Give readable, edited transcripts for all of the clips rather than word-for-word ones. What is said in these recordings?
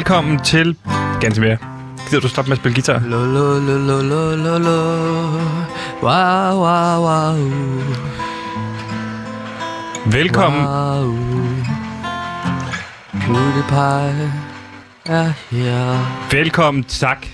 Velkommen til Gantemir. Gider du stoppe med at spille guitar? Wow, wow, wow. Velkommen. Wow. PewDiePie er her. Velkommen, tak.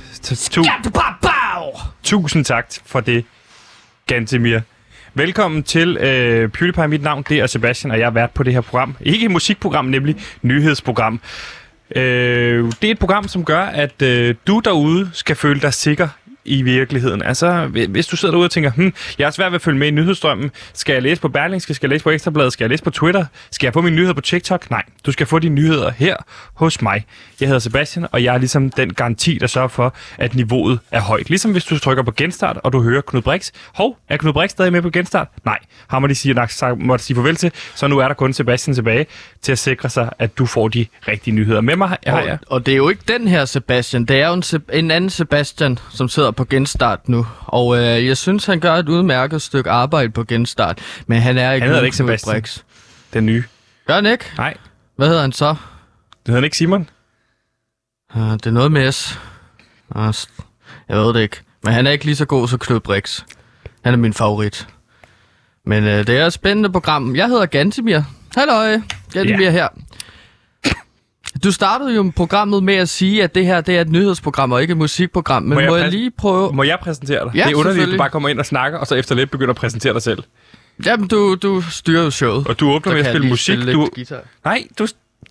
Tusind tak for det, Gantemir. Velkommen til PewDiePie. Mit navn det er Sebastian, og jeg er vært på det her program. Ikke et musikprogram, nemlig nyhedsprogram. Det er et program, som gør, at du derude skal føle dig sikker i virkeligheden. Altså, hvis du sidder derude og tænker, jeg er svært ved at følge med i nyhedsstrømmen. Skal jeg læse på Berlingske? Skal jeg læse på Ekstrabladet? Skal jeg læse på Twitter? Skal jeg få mine nyheder på TikTok? Nej, du skal få dine nyheder her hos mig. Jeg hedder Sebastian, og jeg er ligesom den garanti, der sørger for, at niveauet er højt. Ligesom hvis du trykker på genstart, og du hører Knud Brix. Hov, er Knud Brix stadig med på genstart? Nej, har man lige måtte sige farvel til, så nu er der kun Sebastian tilbage til at sikre sig, at du får de rigtige nyheder. Med mig har jeg. Og det er jo ikke den her Sebastian, det er jo en anden Sebastian, som sidder på genstart nu. Og jeg synes, han gør et udmærket stykke arbejde på genstart, men han er ikke Knud Sebastian. Den nye. Gør han ikke? Nej. Hvad hedder han så? Det hedder han ikke Simon? Det er noget med S. Jeg ved det ikke. Men han er ikke lige så god som Knud Brix. Han er min favorit. Men det er et spændende program. Jeg hedder Gantemir. Halløj, Gantemir her. Du startede jo programmet med at sige, at det her det er et nyhedsprogram og ikke et musikprogram. Men må jeg lige prøve... Må jeg præsentere dig? Ja, det er underligt, at du bare kommer ind og snakker, og så efter lidt begynder at præsentere dig selv. Jamen, du styrer jo showet. Og du åbner med at spille musik. Nej, du...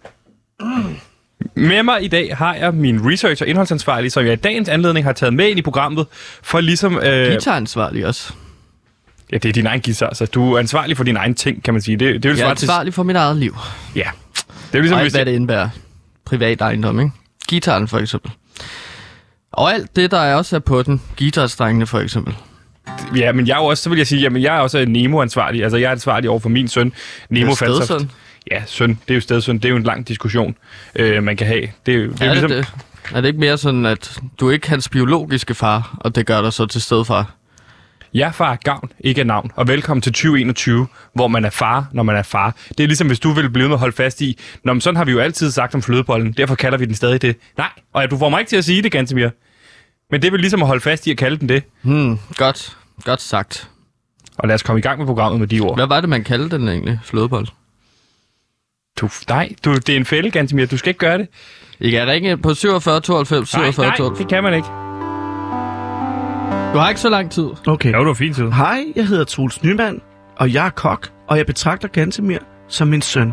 Med mig i dag har jeg min research- og indholdsansvarlig, som jeg i dagens anledning har taget med ind i programmet, for ligesom... Guitaransvarlig også. Ja, det er din egen guitar, så du er ansvarlig for dine egne ting, kan man sige. Det jeg er ansvarlig for mit eget liv. Ja. Det er ligesom, og alt, hvad det indebærer. Privat ejendom, ikke? Guitaren for eksempel. Og alt det, der også er på den. Guitarstrengene for eksempel. Ja, men jeg er jo også, så vil jeg sige, jamen jeg er også Nemo-ansvarlig. Altså jeg er ansvarlig over for min søn, Nemo Falsoft. Ja, søn. Det er jo stedsøn. Det er jo en lang diskussion, man kan have. Det er jo ligesom... Er det ikke mere sådan, at du er ikke hans biologiske far, og det gør dig så til stedfar? Jeg er far af gavn, ikke af navn. Og velkommen til 2021, hvor man er far, når man er far. Det er ligesom, hvis du vil blive med at holde fast i, men sådan har vi jo altid sagt om flødebollen, derfor kalder vi den stadig det. Nej, og du får mig ikke til at sige det, Gantemir. Men det er vel ligesom at holde fast i at kalde den det. Godt sagt. Og lad os komme i gang med programmet med de ord. Hvad var det, man kaldte den egentlig, flødebold? Det er en fælde, Gantemir. Du skal ikke gøre det. I kan ringe på 47 92 47 Nej, det kan man ikke. Du har ikke så lang tid. Okay. Ja, du har fint tid. Hej, jeg hedder Troels Nyman, og jeg er kok, og jeg betragter Gantemir som min søn.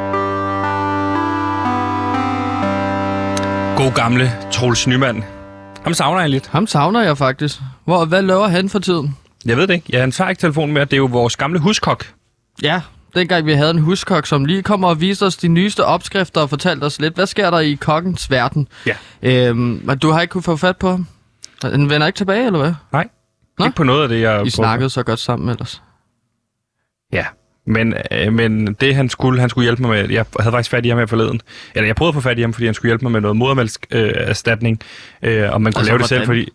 God gamle Troels Nyman. Ham savner jeg lidt. Ham savner jeg faktisk. Hvad laver han for tiden? Jeg ved det ikke. Ja, han tager ikke telefonen mere. Det er jo vores gamle huskok. Ja, dengang vi havde en huskok, som lige kommer og viste os de nyeste opskrifter og fortalte os lidt, hvad sker der i kokkens verden. Ja. Men du har ikke kunne få fat på ham? Han vender ikke tilbage, eller hvad? Nej, ikke på noget af det, jeg... I snakkede så godt sammen ellers. Ja, men det han skulle hjælpe mig med... Jeg havde faktisk fat i ham her forleden. Eller jeg prøvede at få fat i ham, fordi han skulle hjælpe mig med noget modermælkserstatning. Om man kunne lave det selv, fordi...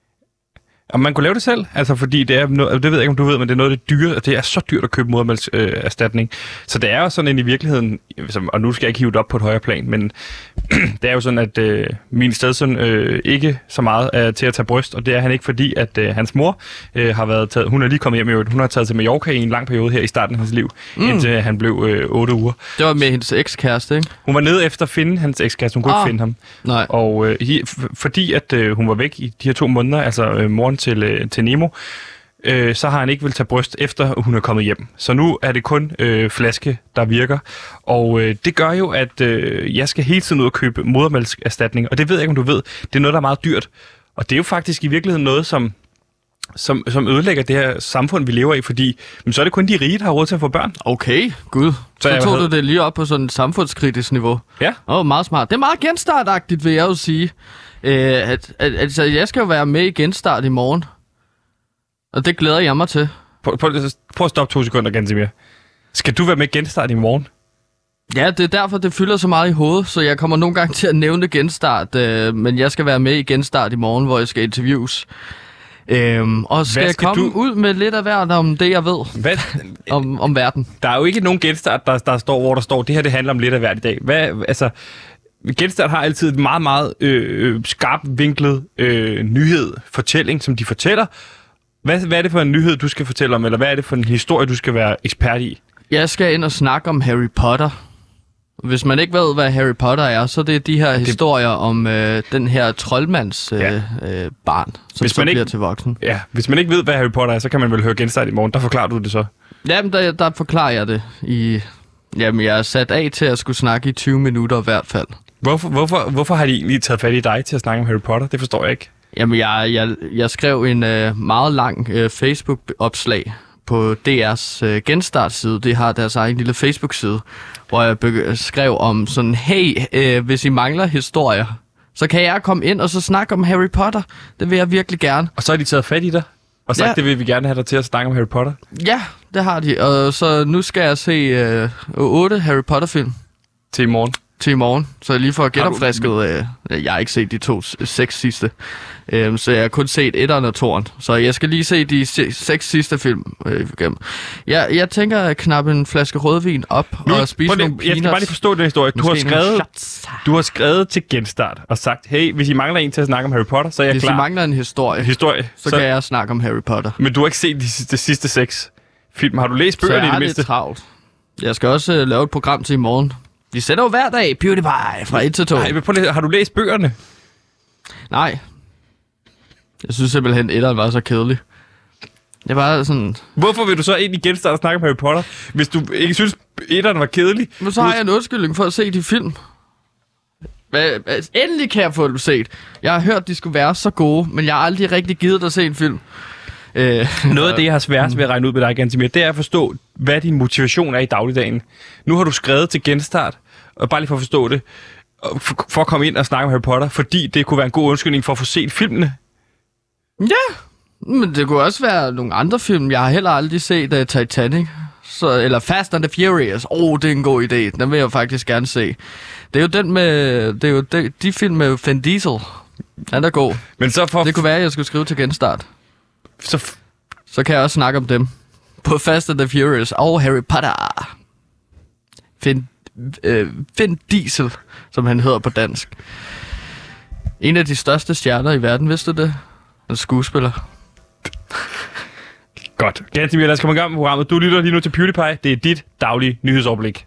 Om man kunne lave det selv, altså fordi det er noget, det ved jeg ikke om du ved, men det er noget af det dyre, og det er så dyrt at købe modermælkserstatning. Så det er jo sådan i virkeligheden, og nu skal jeg ikke hive det op på et højere plan, men det er jo sådan, at min stedsøn ikke så meget er til at tage bryst, og det er han ikke, fordi at hans mor har været taget, hun er lige kommet hjem i øvrigt, hun har taget til Mallorca i en lang periode her i starten af hans liv, indtil han blev 8 uger. Det var med hendes ekskæreste, ikke? Hun var nede efter at finde hans ekskæreste, hun kunne ikke finde ham. Nej. Og fordi at hun var væk i de her 2 måneder, altså moren til Nemo, så har han ikke vil tage bryst, efter hun er kommet hjem. Så nu er det kun flaske, der virker. Og det gør jo, at jeg skal hele tiden ud og købe modermælkserstatning. Og det ved jeg ikke, om du ved. Det er noget, der er meget dyrt. Og det er jo faktisk i virkeligheden noget, som ødelægger det her samfund, vi lever i. Fordi så er det kun de rige, der har råd til at få børn. Okay, gud. Så tog du det lige op på sådan et samfundskritisk niveau. Ja. Meget smart. Det er meget genstartagtigt, vil jeg jo sige. Altså, jeg skal jo være med i genstart i morgen. Og det glæder jeg mig til. Prøv at stoppe 2 sekunder, Gantemir. Skal du være med i genstart i morgen? Ja, det er derfor, det fylder så meget i hovedet, så jeg kommer nogle gange til at nævne genstart. Men jeg skal være med i genstart i morgen, hvor jeg skal interviews. Og skal jeg komme ud med lidt af hvert om det, jeg ved om verden? Der er jo ikke nogen genstart, der står, hvor der står, det her det handler om lidt af hvert i dag. Genstart har altid et meget, meget skarpt vinklet nyhed, fortælling, som de fortæller. Hvad er det for en nyhed, du skal fortælle om, eller hvad er det for en historie, du skal være ekspert i? Jeg skal ind og snakke om Harry Potter. Hvis man ikke ved, hvad Harry Potter er, så det er de her historier om den her troldmands barn, som så bliver til voksen. Ja, hvis man ikke ved, hvad Harry Potter er, så kan man vel høre Genstart i morgen. Der forklarer du det så. Jamen, der forklarer jeg det i... Jamen, jeg er sat af til at skulle snakke i 20 minutter i hvert fald. Hvorfor har de egentlig taget fat i dig til at snakke om Harry Potter? Det forstår jeg ikke. Jamen, jeg skrev en meget lang Facebook-opslag på DR's Genstart-side. Det har deres egen lille Facebook-side, hvor jeg skrev om sådan, hey, hvis I mangler historier, så kan jeg komme ind og så snakke om Harry Potter. Det vil jeg virkelig gerne. Og så har de taget fat i dig? Og sagt, det vil vi gerne have dig til at snakke om Harry Potter? Ja, det har de. Og så nu skal jeg se 8 Harry Potter-film. Til i morgen. Så jeg lige får genopfrisket. Jeg har ikke set de 6 sidste. Så jeg har kun set 1'eren og 2'eren. Så jeg skal lige se de 6 sidste film igennem. Jeg tænker at knappe en flaske rødvin op og spise nogle peanuts. Jeg skal bare lige forstå den historie. Du har skrevet til Genstart og sagt, hey, hvis I mangler en til at snakke om Harry Potter, så er jeg klar. Hvis I mangler en historie, så kan jeg snakke om Harry Potter. Men du har ikke set de sidste 6 film. Har du læst bøgerne i det mindste? Så jeg er lidt travlt. Jeg skal også lave et program til i morgen. Vi sender jo hver dag PewDiePie fra 1 til 2. Nej, har du læst bøgerne? Nej. Jeg synes simpelthen, at 1'eren var så kedelig. Det var sådan... Hvorfor vil du så egentlig Genstart og snakke om Harry Potter, hvis du ikke synes, 1'eren var kedelig? Men så har jeg en undskyldning for at se de film. Endelig kan jeg få dem set. Jeg har hørt, de skulle være så gode, men jeg har aldrig rigtig givet at se en film. Noget af det, jeg har sværest ved at regne ud med dig, Gantemir, det er at forstå, hvad din motivation er i dagligdagen. Nu har du skrevet til Genstart, og bare lige for at forstå det, for at komme ind og snakke om Harry Potter, fordi det kunne være en god undskyldning for at få set filmene. Ja, men det kunne også være nogle andre film. Jeg har heller aldrig set Titanic, eller Fast and the Furious. Det er en god idé. Den vil jeg faktisk gerne se. Det er jo den med, det er jo de film med Vin Diesel. Den er god. Men så det kunne være, at jeg skulle skrive til Genstart. Så kan jeg også snakke om dem. På Fast and the Furious og Harry Potter. Vin Diesel, som han hedder på dansk. En af de største stjerner i verden, vidste du det? En skuespiller. Godt. Gantemir, lad os komme i gang med programmet. Du lytter lige nu til PewDiePie. Det er dit daglige nyhedsoverblik.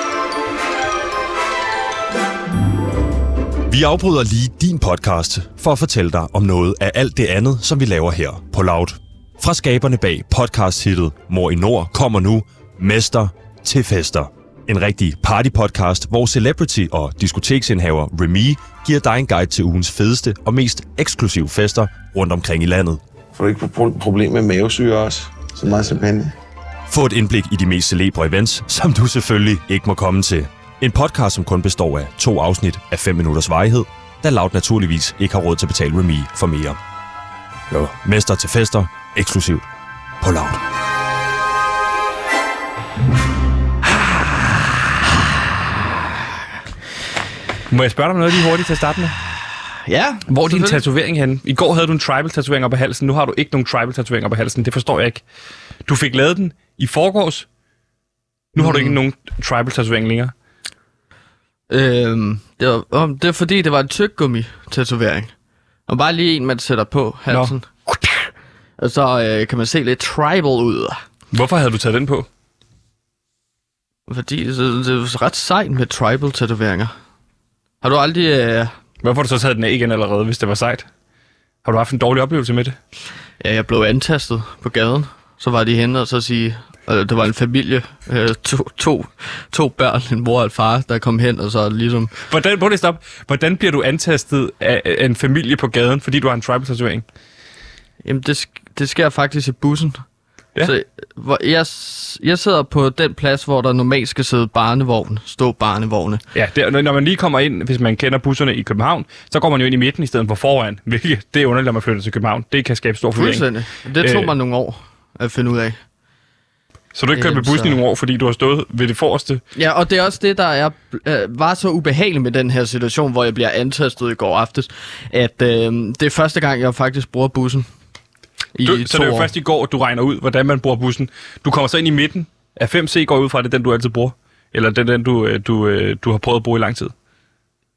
Vi afbryder lige din podcast for at fortælle dig om noget af alt det andet, som vi laver her på Loud. Fra skaberne bag podcast-hittet Mor i Nord kommer nu Mester til Fester. En rigtig partypodcast, hvor celebrity og diskoteksindhaver Remy giver dig en guide til ugens fedeste og mest eksklusive fester rundt omkring i landet. Får du ikke problem med mavesyre også? Så meget champagne. Få et indblik i de mest celebre events, som du selvfølgelig ikke må komme til. En podcast, som kun består af 2 afsnit af 5 minutters varighed, da Loud naturligvis ikke har råd til at betale Remy for mere. Jo, Mester til Fester, eksklusivt på Loud. Må jeg spørge dig om noget lige hurtigt til at starte med? Ja. Hvor er din tatovering henne? I går havde du en tribal-tatovering op på halsen. Nu har du ikke nogen tribal-tatovering op på halsen. Det forstår jeg ikke. Du fik lavet den i forgårs. Nu har du ikke nogen tribal-tatovering længere. Det var fordi, det var en tyggegummi-tatovering. Og bare lige en, man sætter på halsen. Nå. Og så kan man se lidt tribal ud. Hvorfor havde du taget den på? Fordi det er ret sejt med tribal-tatoveringer. Har du aldrig... Hvorfor har du så taget den af igen allerede, hvis det var sejt? Har du haft en dårlig oplevelse med det? Ja, jeg blev antastet på gaden. Så var de henne og så sige... Det var en familie, to børn, en mor og en far, der kom hen, og så ligesom... Hvordan bliver du antastet af en familie på gaden, fordi du har en tribal-tatovering? Jamen, det sker faktisk i bussen. Ja. Så, jeg sidder på den plads, hvor der normalt skal sidde barnevogne. Ja, når man lige kommer ind, hvis man kender busserne i København, så går man jo ind i midten i stedet for foran, hvilket det er underligt, når man flytter til København. Det kan skabe stor forvirring. Fuldstændig. Det tog mig nogle år at finde ud af. Så du ikke kørt med bussen i nogle år, fordi du har stået ved det forreste? Ja, og det er også det, der var så ubehageligt med den her situation, hvor jeg bliver antastet i går aftes, at det er første gang, jeg faktisk bruger bussen. Så det er jo først i går, du regner ud, hvordan man bruger bussen. Du kommer så ind i midten af 5C, går ud fra det, den du altid bruger? Eller den du har prøvet at bruge i lang tid?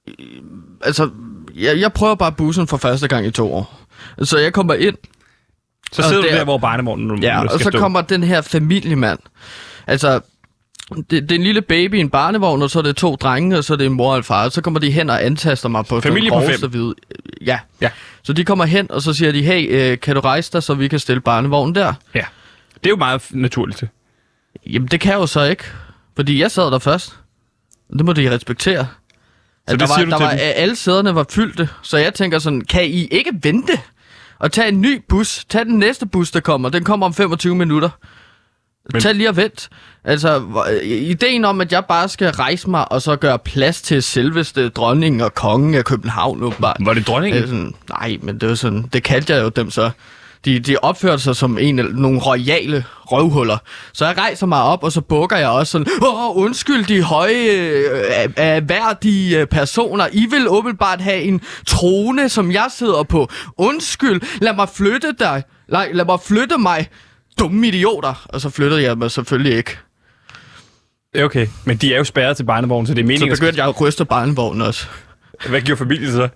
Altså, jeg prøver bare bussen for første gang i 2 år. Så jeg kommer ind. Så sidder du der, hvor barnevognen nu Ja, skal og så stå. kommer den her familiemand. Altså, det er en lille baby i en barnevogn, og så er det 2 drenge, og så er det en mor og en far. Og så kommer de hen og antaster mig på Familie på 5. hvide. Ja. Ja. Så de kommer hen, og så siger de, hey, kan du rejse dig, så vi kan stille barnevognen der? Ja. Det er jo meget naturligt. Jamen, det kan jeg jo så ikke, fordi jeg sad der først. Det må de respektere. Så det siger du til dem? Alle sæderne var fyldte, så jeg tænker sådan, kan I ikke vente og tage en ny bus? Tag den næste bus, der kommer. Den kommer om 25 minutter. Tag lige og vent. Altså, ideen om, at jeg bare skal rejse mig og så gøre plads til selveste dronningen og kongen af København, åbenbart. Var det dronningen? Sådan, nej, men det var sådan, det kaldte jeg jo dem så. De opførte sig som nogle royale røvhuller. Så jeg rejser mig op, og så bukker jeg også sådan, undskyld de høje, værdige personer. I vil åbenbart have en trone, som jeg sidder på. Undskyld, lad mig flytte dig. Nej, lad mig flytte mig. Dumme idioter. Og så flyttede jeg mig selvfølgelig ikke. Okay, men de er jo spærret til barnevognen, så det er meningen. Så begyndte jeg at ryste barnevognen også. Hvad gjorde familien så?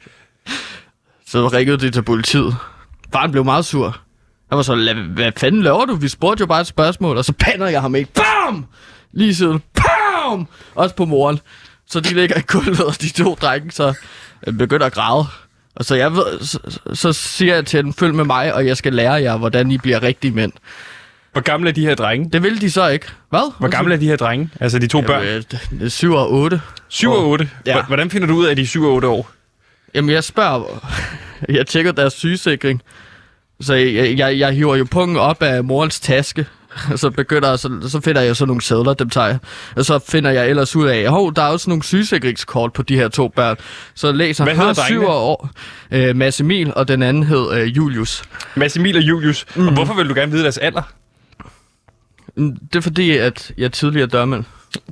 Så ringede de til politiet. Faren blev meget sur. Jeg var så, hvad fanden laver du? Vi spurgte jo bare et spørgsmål, og så pander jeg ham ikke. BAM! Lige siden. BAM! Også på moren. Så de ligger i gulvet, og de 2 drenge, så begynder at græde. Og så siger jeg til dem, følg med mig, og jeg skal lære jer, hvordan I bliver rigtige mænd. Hvor gamle er de her drenge? Det vil de så ikke. Hvad? Hvor gamle er de her drenge? Altså de 2 børn? 7 og 8. 7 og 8? Ja. Hvordan finder du ud af, at de er 7 og 8 år? Jamen, jeg spørger... Jeg tjekker deres sygesikring. Så jeg hiver jo pungen op af morens taske. Og så finder jeg så nogle sedler, dem tager jeg. Og så finder jeg ellers ud af, der er også nogle sygesikringskort på de her 2 børn. Så læser hvad hedder 7 år. Mads Emil, og den anden hed Julius. Mads Emil og Julius. Og hvorfor vil du gerne vide deres alder? Det er fordi, at jeg er tidligere dørmand.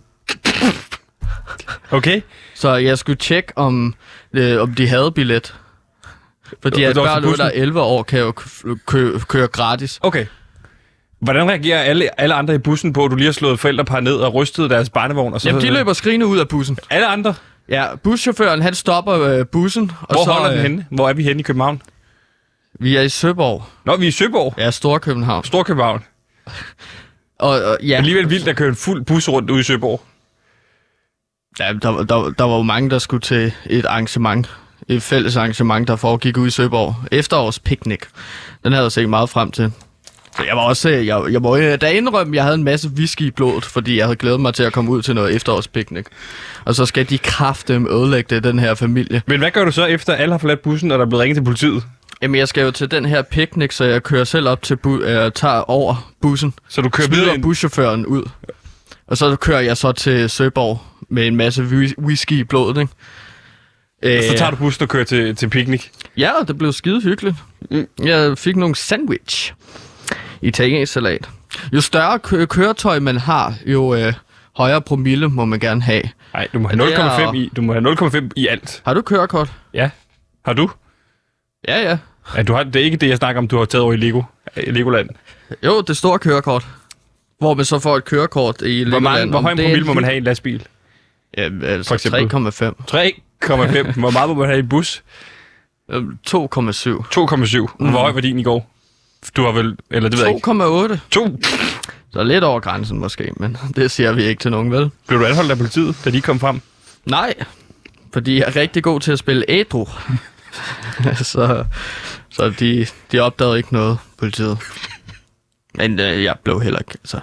Okay. Så jeg skulle tjekke, om de havde billet. Fordi at børn under 11 år kan jo køre gratis. Okay. Hvordan reagerer alle andre i bussen på, at du lige har slået forældrepar ned og rystet deres barnevogn? Og så Jamen, de løber skrigende ud af bussen. Alle andre? Ja, buschaufføren, han stopper bussen. Og Hvor så holder den henne? Hvor er vi henne i København? Vi er i Søborg. Nå, vi er i Søborg. Ja, Storkøbenhavn. Storkøbenhavn. Og ja. Alligevel vildt at køre en fuld bus rundt ude i Søborg. Ja, der var jo mange, der skulle til et arrangement. Et fælles arrangement, der foregik ude i Søborg. Efterårspicnic. Den havde jeg set meget frem til. Så jeg var også... Jeg må da indrømme, jeg havde en masse whisky i blodet, fordi jeg havde glædet mig til at komme ud til noget efterårspicnic. Og så skal de kraftedeme ødelægge det, den her familie. Men hvad gør du så efter alle har forladt bussen, og der er blevet ringet til politiet? Jamen, jeg skal jo til den her picnic, så jeg kører selv op til tager over bussen. Så du kører smider videre buschaufføren ud. Og så kører jeg så til Søborg med en masse whisky i blodet, ikke? Så tager du bussen og kører til picnic? Ja, det blev skide hyggeligt. Jeg fik nogle sandwich. Italiensk salat. Jo større køretøj man har, jo højere promille må man gerne have. Nej, du må have 0,5 i. Du må have 0,5 i alt. Har du kørekort? Ja. Har du? Ja. Ja, det er ikke det, jeg snakker om, du har taget over i Legoland. Jo, det store kørekort. Hvor man så får et kørekort i Legoland. Hvor høj en promille må man have i en lastbil? Ja, altså 3,5. 3,5. Hvor meget må man have i en bus? 2,7. 2,7. Hvor høj var din i går? Du har vel... Eller det ved jeg ikke. 2,8. 2. Så lidt over grænsen måske, men det siger vi ikke til nogen, vel? Blev du anholdt af politiet, da de kom frem? Nej, fordi jeg er rigtig god til at spille ædru. så de opdagede ikke noget, politiet. Men jeg blev heller ikke... Altså,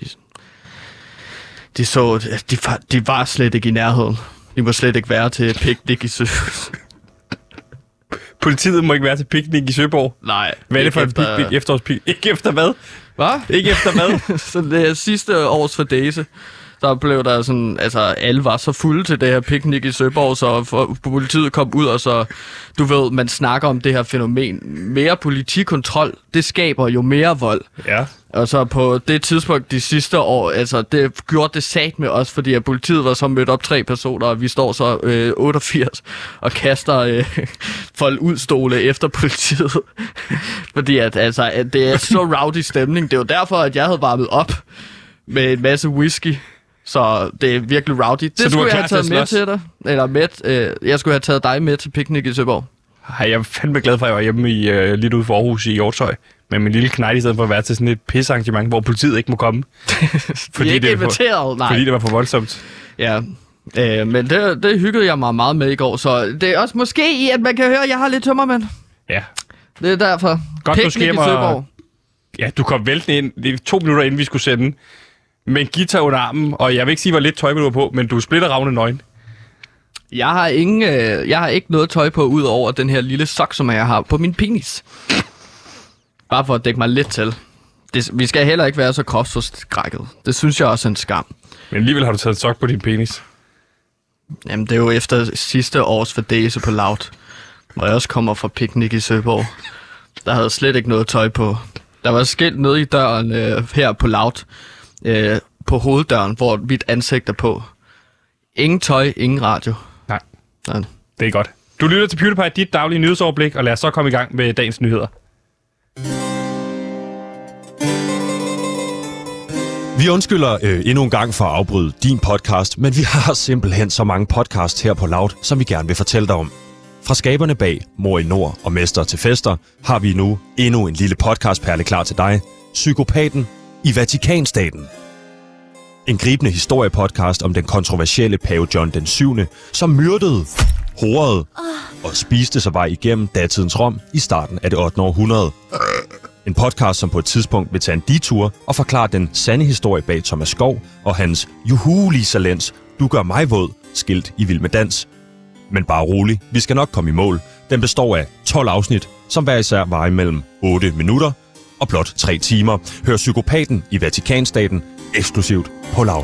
de var slet ikke i nærheden. De må slet ikke være til picnic i Søborg. Politiet må ikke være til picnic i Søborg? Nej. Hvad er det for en picnic? Efterårspicnic? Ikke efter hvad? Hvad? Ikke efter hvad? Så det sidste års fordæse, der blev der sådan, altså alle var så fulde til det her picnic i Søborg, så politiet kom ud, og så, du ved, man snakker om det her fænomen. Mere politikontrol, det skaber jo mere vold. Ja. Og så på det tidspunkt de sidste år, altså det gjorde det sat med os, fordi at politiet var så mødt op 3 personer, og vi står så 88 og kaster folk ud stole efter politiet. Fordi at det er så rowdy stemning. Det er jo derfor, at jeg havde varmet op med en masse whisky. Så det er virkelig rowdy. Det så skulle jeg have taget til med til dig. Eller jeg skulle have taget dig med til Picnic i Søborg. Ej, jeg er fandme glad for, at jeg var hjemme lidt ude for Aarhus i Hjortshøj. Med min lille knejt i stedet for at være til sådan et pissearrangement, hvor politiet ikke må komme. Fordi ikke inviteret, nej. Fordi det var for voldsomt. Ja, men det hyggede jeg mig meget med i går. Så det er også måske i, at man kan høre, at jeg har lidt tømmermænd. Ja. Det er derfor. Godt, du Picnic i Søborg. Ja, du kom væltende ind. Det er 2 minutter, inden vi skulle sende. Med en guitar under armen, og jeg vil ikke sige, hvor lidt tøj du var på, men du splitter ravne nøgen. Jeg har ikke noget tøj på, ud over den her lille sok, som jeg har på min penis. Bare for at dække mig lidt til. Vi skal heller ikke være så kropsforskrækket. Det synes jeg også er en skam. Men alligevel har du taget en sok på din penis. Jamen, det er jo efter sidste års fadæse på Loud, hvor jeg også kommer fra Picnic i Søborg. Der havde slet ikke noget tøj på. Der var skilt nede i døren her på Loud, på hoveddøren, hvor mit ansigt er på. Ingen tøj, ingen radio. Nej, sådan. Det er godt. Du lytter til PewDiePie, dit daglige nyhedsoverblik, og lad os så komme i gang med dagens nyheder. Vi undskylder endnu en gang for at afbryde din podcast, men vi har simpelthen så mange podcasts her på Loud, som vi gerne vil fortælle dig om. Fra skaberne bag Mor i Nord og Mester til Fester har vi nu endnu en lille podcastperle klar til dig. Psykopaten i Vatikanstaten. En gribende historiepodcast om den kontroversielle pave John den 7., som myrdede, horede og spiste sig vej igennem datidens Rom i starten af det 8. århundrede. En podcast, som på et tidspunkt vil tage en detur og forklare den sande historie bag Thomas Skov og hans Juhu Lisa Lenz, du gør mig våd, skilt i Vild med Dans. Men bare rolig, vi skal nok komme i mål. Den består af 12 afsnit, som hver især varer mellem 8 minutter og blot 3 timer. Hør Psykopaten i Vatikanstaten eksklusivt på Loud.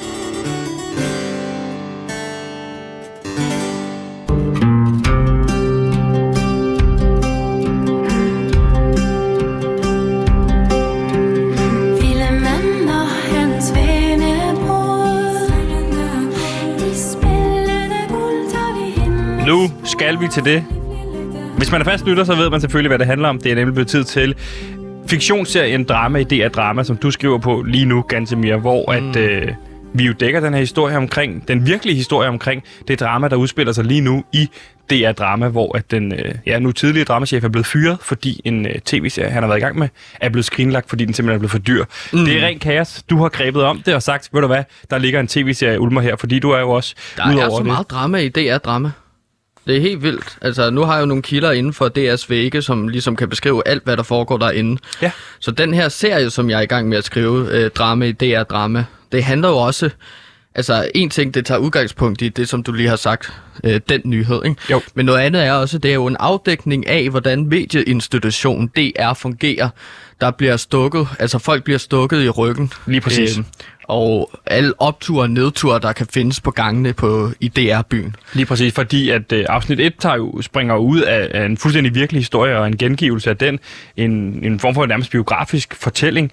Nu skal vi til det. Hvis man er fast lytter, så ved man selvfølgelig, hvad det handler om. Det er nemlig blevet tid til fiktionsserien Drama i DR Drama, som du skriver på lige nu, Gantemir, hvor at vi jo dækker den her historie omkring, den virkelige historie omkring det drama, der udspiller sig lige nu i DR Drama, hvor at den nu tidligere dramachef er blevet fyret, fordi en tv-serie, han har været i gang med, er blevet skrinlagt, fordi den simpelthen er blevet for dyr. Det er rent kaos. Du har grebet om det og sagt, ved du hvad, der ligger en tv-serie ulmer her, fordi du er jo også der er så meget drama i DR Drama. Det er helt vildt. Altså, nu har jeg jo nogle kilder inden for DR's vægge, som ligesom kan beskrive alt, hvad der foregår derinde. Ja. Så den her serie, som jeg er i gang med at skrive, Drama i DR Drama, det handler jo også... Altså, en ting, det tager udgangspunkt i det, som du lige har sagt, den nyhed, ikke? Jo. Men noget andet er også, det er jo en afdækning af, hvordan medieinstitutionen DR fungerer. Der bliver stukket, altså folk bliver stukket i ryggen. Lige præcis. Og alle opture og nedture, der kan findes på gangene i DR-byen. Lige præcis, fordi at afsnit 1 springer ud af en fuldstændig virkelig historie og en gengivelse af den. En form for en nærmest biografisk fortælling.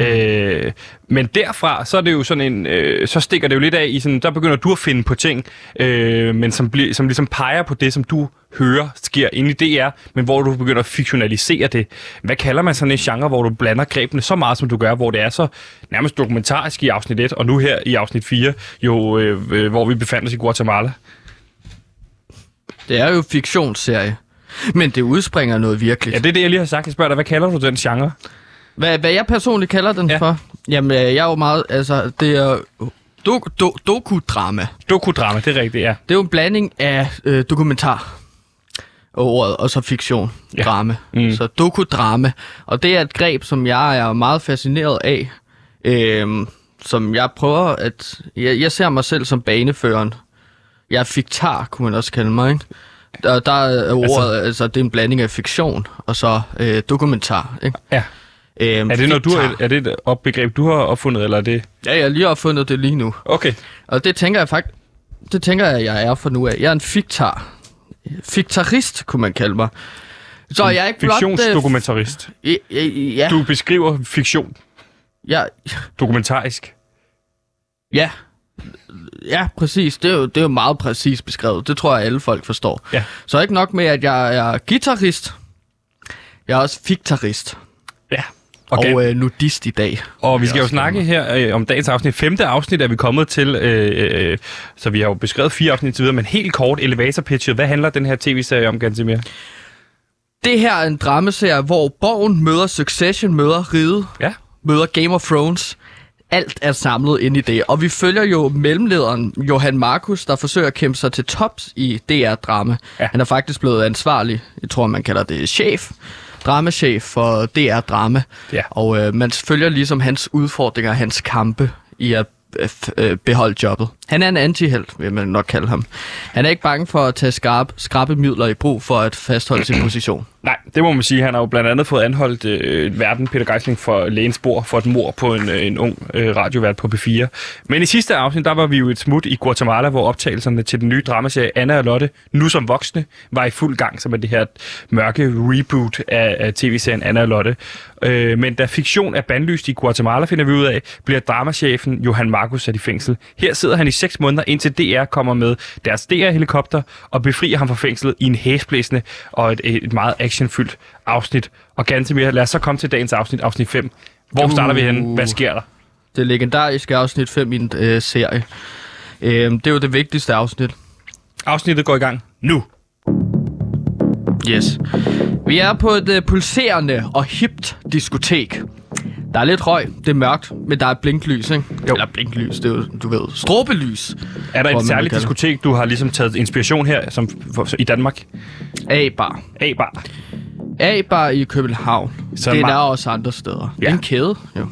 Men derfra, så er det jo sådan så stikker det jo lidt af i sådan, der begynder du at finde på ting, men som ligesom peger på det, som du hører sker inde i DR, men hvor du begynder at fiktionalisere det. Hvad kalder man sådan en genre, hvor du blander grebene så meget, som du gør, hvor det er så nærmest dokumentarisk i afsnit 1, og nu her i afsnit 4, hvor vi befandt os i Guatemala? Det er jo fiktionsserie, men det udspringer noget virkeligt. Ja, det er det, jeg lige har sagt. Jeg spørger dig, hvad kalder du den genre? Hvad jeg personligt kalder den for? Jamen, jeg er jo meget, altså, det er dokudrama. Dokudrama, det er rigtigt, ja. Det er jo en blanding af dokumentar ordet, og så fiktion, drama. Så dokudrama. Og det er et greb, som jeg er meget fascineret af, som jeg prøver at... Jeg ser mig selv som baneføreren. Jeg er fiktar, kunne man også kalde mig, ikke? Der er ordet, altså det er en blanding af fiktion, og så dokumentar, ikke? Ja. Er det noget, er det et begreb, du har opfundet, eller er det... Ja, jeg har lige opfundet det lige nu. Okay. Og det tænker jeg er for nu af. Jeg er en fiktar. Fiktarist, kunne man kalde mig. Så jeg er ikke blot... Fiktionsdokumentarist. Ja. Du beskriver fiktion. Ja. Dokumentarisk. Ja. Ja, præcis. Det er jo meget præcist beskrevet. Det tror jeg, alle folk forstår. Ja. Så ikke nok med, at jeg er guitarist. Jeg er også fiktarist. Ja. Og nudist i dag. Og vi skal jo snakke her om dagens afsnit. 5. afsnit er vi kommet til, så vi har jo beskrevet 4 afsnit til videre, men helt kort elevator-pitchet. Hvad handler den her tv-serie om, Gantemir? Det her er en dramaserie, hvor Borgen møder Succession, møder Ride, møder Game of Thrones. Alt er samlet ind i det, og vi følger jo mellemlederen Johan Marcus, der forsøger at kæmpe sig til tops i DR-drama. Ja. Han er faktisk blevet ansvarlig, jeg tror man kalder det dramachef for DR-drama. Ja. Og man følger ligesom hans udfordringer, hans kampe i at beholde jobbet. Han er en antihelt, vil man nok kalde ham. Han er ikke bange for at tage skrappe midler i brug for at fastholde sin position. Nej, det må man sige. Han har jo blandt andet fået anholdt verden Peter Geisling for lægens bord for et mord på en ung radiovært på P4. Men i sidste afsnit, der var vi jo et smut i Guatemala, hvor optagelserne til den nye dramaserie Anna og Lotte, nu som voksne, var i fuld gang, som er det her mørke reboot af tv-serien Anna og Lotte. Men da fiktion er bandlyst i Guatemala, finder vi ud af, bliver dramachefen Johan Marcus sat i fængsel. Her sidder han i 6 måneder, indtil DR kommer med deres DR-helikopter og befrier ham fra fængslet i en hæsblæsende og et meget actionfyldt afsnit. Og Gantemir, lad os så komme til dagens afsnit, afsnit 5. Hvor starter vi henne? Hvad sker der? Det legendariske afsnit 5 i en serie. Det er jo det vigtigste afsnit. Afsnittet går i gang nu. Yes. Vi er på et pulserende og hipt diskotek. Der er lidt røg, det er mørkt, men der er blinklys, ikke? Jo. Eller blinklys, det er jo, du ved, strobelys. Er der et særligt diskotek, du har ligesom taget inspiration her som i Danmark? A-bar. A-bar. A-bar i København. Så det er der også andre steder. Ja. En kæde, jo.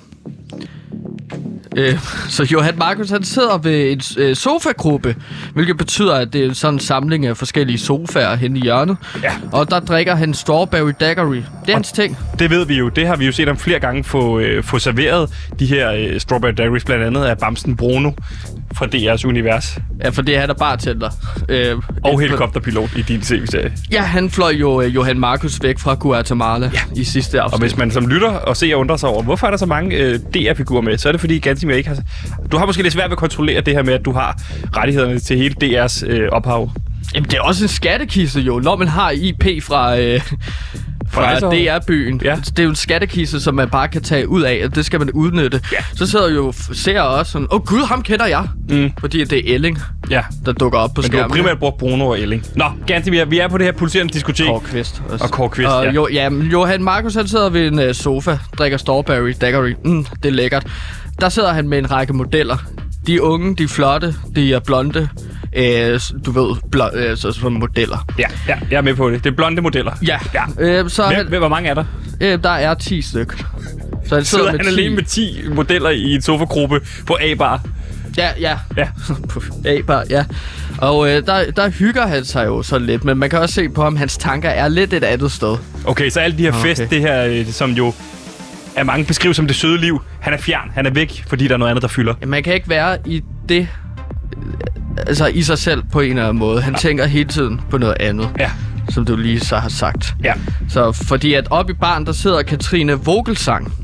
Så Johan Marcus, han sidder ved en sofagruppe, hvilket betyder, at det er sådan en samling af forskellige sofaer henne i hjørnet. Ja. Og der drikker han Strawberry Daiquiri. Det er hans ting. Det ved vi jo. Det har vi jo set ham flere gange få serveret, de her Strawberry Daiquiris, blandt andet af Bamsen Bruno fra DR's univers. Ja, for det er han der bartender. Og helikopterpilot i din tv-serie. Ja, han fløj jo Johan Marcus væk fra Guatemala i sidste afsnit. Og hvis man som lytter og ser og undrer sig over, hvorfor er der så mange DR-figurer med, så er det fordi Gantemir ikke har... Du har måske lidt svært ved at kontrollere det her med, at du har rettighederne til hele DR's ophav. Jamen, det er også en skattekiste jo, når man har IP fra DR-byen. Ja. Det er jo en skattekiste, som man bare kan tage ud af, og det skal man udnytte. Ja. Så sidder jo ser også sådan, gud, ham kender jeg. Fordi det er Elling, der dukker op på skærmen. Men du har primært brugt Bruno og Elling. Nå, Gantemir, vi er på det her pulserende diskotek. Kåre Kvist også. Og Kåre Kvist, Johan Marcus, han sidder ved en sofa, drikker Strawberry Daiquiri. Det er lækkert. Der sidder han med en række modeller. De er unge, de er flotte, de er blonde. Du ved, som modeller. Ja, jeg er med på det. Det er blonde modeller. Ja. Hvor mange er der? Der er 10 stykker. Så han sidder han alene med 10 modeller i en sofagruppe på A-bar? Ja. På A-bar, ja. Og der hygger han sig jo så lidt, men man kan også se på ham, hans tanker er lidt et andet sted. Okay, så alle de her fest, det her, som jo er mange beskrives som det søde liv, han er fjern, han er væk, fordi der er noget andet, der fylder. Ja, man kan ikke være i det, altså i sig selv på en eller anden måde. Han tænker hele tiden på noget andet, som du lige så har sagt. Ja. Så fordi at oppe i baren, der sidder Katrine Vogelsang.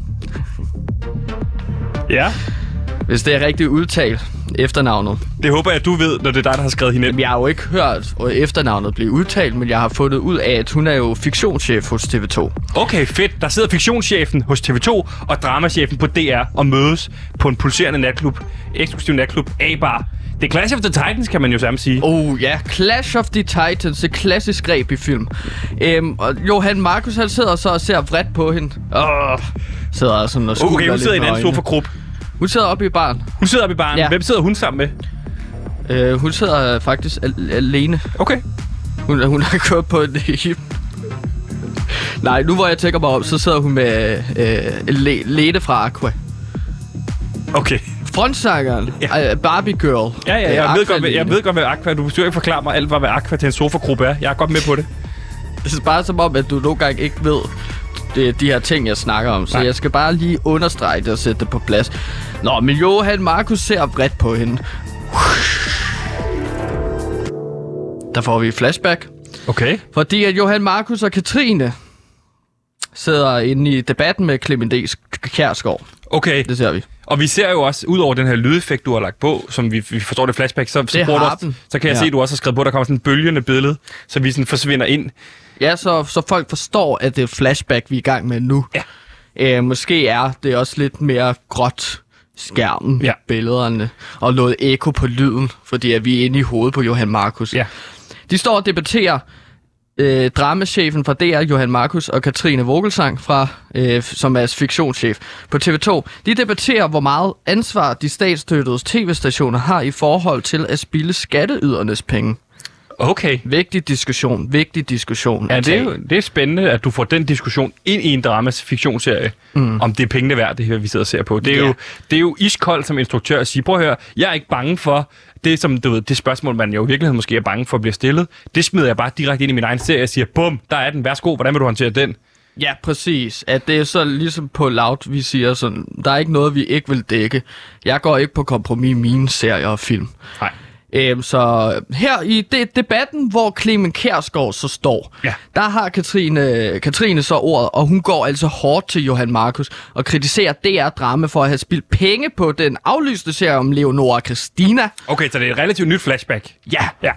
Ja. Hvis det er rigtigt udtalt, efternavnet. Det håber jeg, du ved, når det er dig, der har skrevet hende ind. Jeg har jo ikke hørt efternavnet blive udtalt, men jeg har fundet ud af, at hun er jo fiktionschef hos TV2. Okay, fedt. Der sidder fiktionschefen hos TV2 og dramachefen på DR og mødes på en pulserende natklub, eksklusiv natklub, A-bar. Det er Clash of the Titans, kan man jo sammen sige. Clash of the Titans, et klassisk greb i film. Og Johan Marcus, han sidder så og ser vredt på hende. Sidder sådan og skuler lidt. Okay, hun sidder i en anden sofagruppe. Hun sidder oppe i baren. Ja. Hvem sidder hun sammen med? Hun sidder faktisk alene. Okay. Hun har kørt på en hip. Nej, nu hvor jeg tænker mig om, så sidder hun med Lene fra Aqua. Okay. Frontsangeren. Barbie Girl. Ja, jeg ved godt, hvad Aqua er. Du skal ikke forklare mig alt, hvad Aqua til en sofagruppe er. Jeg er godt med på det. Det er bare som om, at du nogle gange ikke ved de her ting, jeg snakker om. Så jeg skal bare lige understrege det og sætte det på plads. Nå, men Johan Marcus ser vredt på hende. Der får vi flashback. Okay. Fordi at Johan Marcus og Katrine sidder inde i debatten med Clement D. Kjærsgaard. Okay. Det ser vi. Og vi ser jo også, ud over den her lydeffekt, du har lagt på, som vi forstår det flashback, så kan jeg se, at du også har skrevet på, der kommer sådan en bølgende billede, så vi sådan forsvinder ind. Ja, så folk forstår, at det er flashback, vi er i gang med nu. Måske er det også lidt mere gråt skærmen, Ja. billederne, og noget ekko på lyden, fordi at vi er inde i hovedet på Johan Markus. Ja. De står og debatterer dramachefen fra DR, Johan Markus, og Katrine Vogelsang, som er fiktionschef på TV2. De debatterer, hvor meget ansvar de statsstøttede tv-stationer har i forhold til at spilde skatteydernes penge. Okay. Vigtig diskussion. Ja, det er spændende, at du får den diskussion ind i en drama-fiktionsserie, om det er pengene værd, det her, vi sidder og ser på. Det er jo iskoldt som instruktør at sige, prøv at høre, jeg er ikke bange for det, som du ved, det spørgsmål, man jo i virkeligheden måske er bange for at blive stillet. Det smider jeg bare direkte ind i min egen serie og siger, bum, der er den, værsgo, hvordan vil du håndtere den? Ja, præcis. At det er så ligesom på Loud, vi siger sådan, der er ikke noget, vi ikke vil dække. Jeg går ikke på kompromis i mine serier og film. Nej. Så her i debatten, hvor Clement Kjærsgaard så står, der har Katrine så ordet, og hun går altså hårdt til Johan Markus og kritiserer DR Drama for at have spildt penge på den aflyste serie om Leonora og Christina. Okay, så det er et relativt nyt flashback. Ja.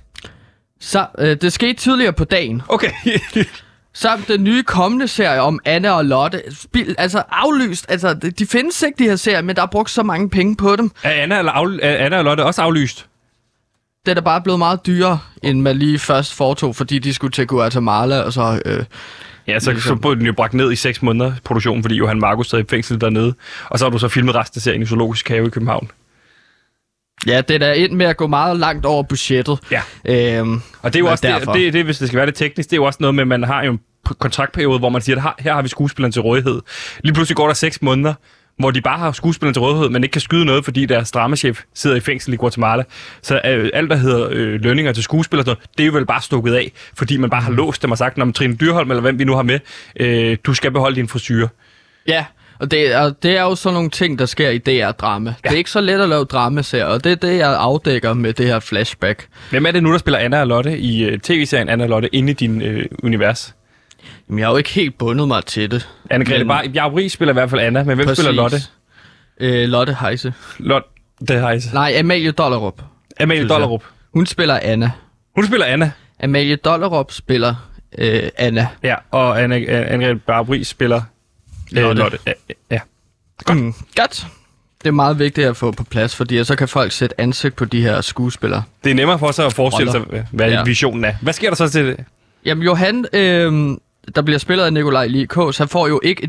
Så det skete tidligere på dagen. Okay. Samt den nye kommende serie om Anna og Lotte. Aflyst. Altså, de findes ikke, de her serier, men der er brugt så mange penge på dem. Er Anna og Lotte også aflyst? Det er da bare blevet meget dyrere, end man lige først foretog, fordi de skulle til Guatemala, og så... så blev den jo bragt ned i 6 måneder produktionen, fordi Johan Markus sad i fængsel dernede. Og så har du så filmet resten af serien i Zoologisk Have i København. Ja, det er da ind med at gå meget langt over budgettet. Ja. Og det er jo også det, hvis det skal være det teknisk, det er jo også noget med, at man har jo en kontraktperiode, hvor man siger, at her har vi skuespilleren til rådighed. Lige pludselig går der 6 måneder, hvor de bare har skuespilleren til rådighed, men ikke kan skyde noget, fordi deres dramachef sidder i fængsel i Guatemala. Så alt, der hedder lønninger til skuespillere, det er jo vel bare stukket af, fordi man bare har låst dem og sagt, når Trine Dyrholm, eller hvem vi nu har med, du skal beholde din frisyre. Ja, og det er jo sådan nogle ting, der sker i DR-drama. Ja. Det er ikke så let at lave dramaserier, og det er det, jeg afdækker med det her flashback. Hvem er det nu, der spiller Anna og Lotte i tv-serien Anna og Lotte inde i din univers? Jamen, jeg har jo ikke helt bundet mig til det. Anne-Grethe Bjarup spiller i hvert fald Anna, men hvem spiller Lotte? Lotte Heise. Lotte Heise. Nej, Amalie Dollerup. Amalie Dollerup. Hun spiller Anna. Hun spiller Anna. Amalie Dollerup spiller Anna. Ja, og Anne-Grethe Bjarup spiller Lotte. Ja. Godt. Godt. Det er meget vigtigt at få på plads, fordi så kan folk sætte ansigt på de her skuespillere. Det er nemmere for sig at forestille sig, hvad visionen er. Hvad sker der så til det? Jamen, Johan, der bliver spillet af Nikolaj Likås, han får jo ikke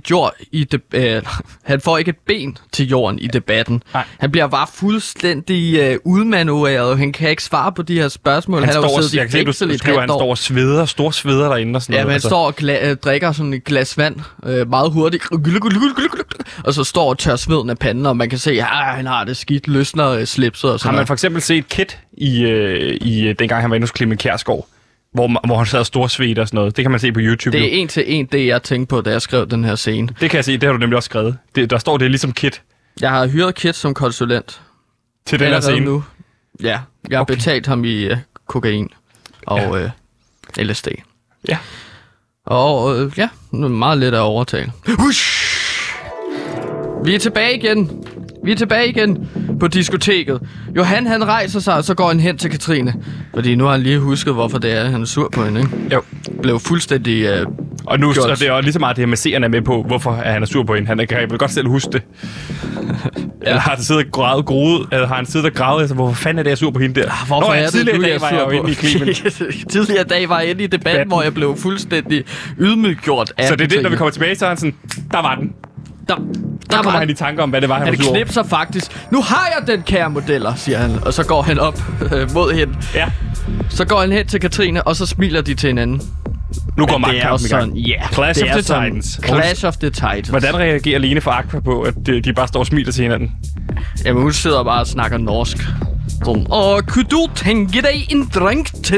han får ikke et ben til jorden i debatten. Nej. Han bliver bare fuldstændig udmanøvreret. Han kan ikke svare på de her spørgsmål. Han har jo siddet i fængsel i et halvt år. Han står og sveder, store sveder derinde og sådan noget. Ja, han står og drikker sådan et glas vand meget hurtigt. Og så står og tør sveden af panden, og man kan se, at han har det skidt, løsner slipset og sådan noget. Har man for eksempel set Kit i dengang han var inde hos Clement Kjærsgaard? Hvor han sad og storsvedte og sådan noget. Det kan man se på YouTube. Det er en til en det, jeg tænkte på, da jeg skrev den her scene. Det kan jeg se, det har du nemlig også skrevet. Der står det ligesom Kit. Jeg har hyret Kit som konsulent. Til den her scene? Nu. Ja, jeg har betalt ham i kokain og LSD. Ja. Og meget let at overtale. Vi er tilbage igen på diskoteket. Johan, han rejser sig, og så går han hen til Katrine. Fordi nu har han lige husket, hvorfor det er, han er sur på hende, ikke? Jo. Blev fuldstændig og nu så det er jo lige så meget det her med seerne med på, hvorfor han er sur på hende. Han kan vel godt selv huske det. Eller har han siddet og gravet, eller har han siddet og gravet, altså, hvorfor fanden er det, jeg er sur på hende der? Hvorfor er det, tidligere dag var jeg jo inde i Clement. Tidligere dag var jeg inde i debatten, hvor jeg blev fuldstændig ydmyggjort af Så det er det, når vi kommer tilbage, så er han sådan, der var den. Der kommer han i tanker om, hvad det var, han var sur. Han knipser faktisk. Nu har jeg den, kære modeller, siger han. Og så går han op mod hende. Ja. Så går han hen til Katrine, og så smiler de til hinanden. Nu går magtkampen i gang. Yeah, Clash of the Titans. Clash of the Titans. Hvordan reagerer Lene for Aqua på, at de bare står og smiler til hinanden? Jamen, hun sidder bare og snakker norsk. Sådan, kunne du tænke dig en drink til?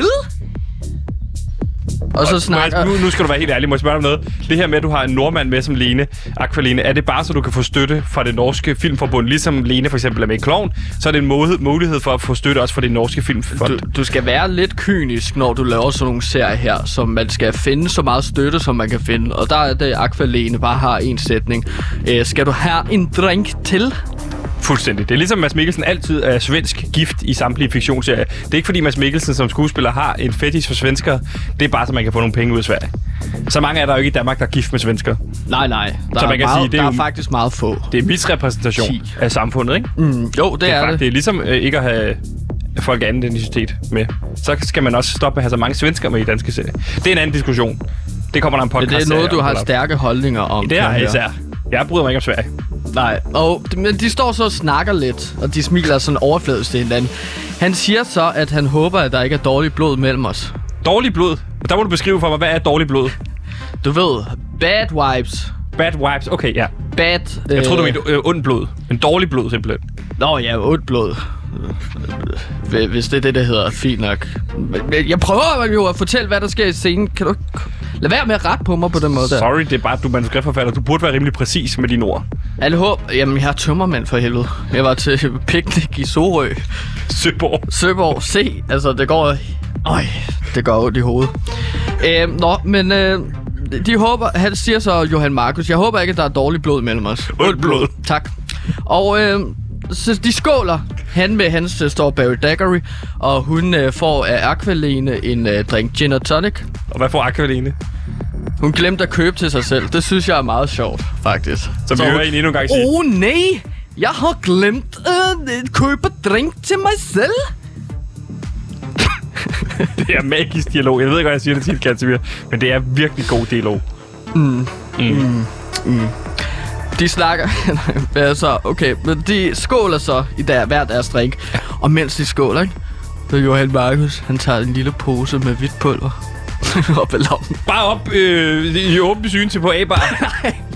Og så snakker... Nu skal du være helt ærlig, må jeg spørge om noget. Det her med, at du har en nordmand med som Lene, Aqualene, er det bare så, du kan få støtte fra det norske filmforbund? Ligesom Lene for eksempel er med i Klovn, så er det en mulighed for at få støtte også fra det norske filmforbund. Du skal være lidt kynisk, når du laver sådan nogle serier her, som man skal finde så meget støtte, som man kan finde. Og der er det, Aqualene bare har en sætning. Skal du have en drink til? Fuldstændig. Det er ligesom Mads Mikkelsen altid er svensk gift i samtlige fiktionsserier. Det er ikke fordi Mads Mikkelsen som skuespiller har en fetish for svensker. Det er bare så man kan få nogle penge ud af Sverige. Så mange er der jo ikke i Danmark, der er gift med svensker. Nej. Der er faktisk meget få. Det er misrepræsentation af samfundet, ikke? Jo, det er det. Det er ligesom ikke at have folk af anden etnicitet med. Så skal man også stoppe med at have så mange svensker med i danske serier. Det er en anden diskussion. Det kommer der en podcast. Det er noget, du har stærke holdninger om. Det er især. Jeg bryder mig ikke om Sverige. Nej, men de står så og snakker lidt, og de smiler sådan overfladisk til hinanden. Han siger så, at han håber, at der ikke er dårligt blod mellem os. Dårligt blod? Der må du beskrive for mig, hvad er dårligt blod? Du ved, bad vibes. Bad vibes, okay, ja. Bad... Jeg troede, du mente ondt blod. En dårlig blod, simpelthen. Nå ja, ondt blod. Hvis det er det, der hedder, fint nok. Jeg prøver jo at fortælle, hvad der sker i scenen. Kan du lade være med at rette på mig på den måde der? Sorry, det er bare, at du er manuskriptforfatter. Du burde være rimelig præcis med dine ord. Alle håb. Jamen, jeg er tømmermand for helvede. Jeg var til picnic i Sorø. Søborg. Se, altså det går... det går ondt i hovedet. Men de håber... Han siger så, Johan Markus, jeg håber ikke, at der er dårligt blod mellem os. Ondt blod. Tak. Og så de skåler. Han med hans strawberry daiquiri, og hun får af Aqualene en drink gin og tonic. Og hvad får Aqualene? Hun glemte at købe til sig selv. Det synes jeg er meget sjovt, faktisk. Så vi hører endnu en gang sige... nej! Jeg har glemt at købe drink til mig selv. Det er magisk dialog. Jeg ved ikke, hvad jeg siger det til, Gantemir, men det er virkelig god dialog. De snakker... altså, okay, men de skåler så i hver deres drink. Og mens de skåler, ikke? Så Johan Markus, han tager en lille pose med hvidt pulver op i lommen. Bare op i åben syn til på A-bar.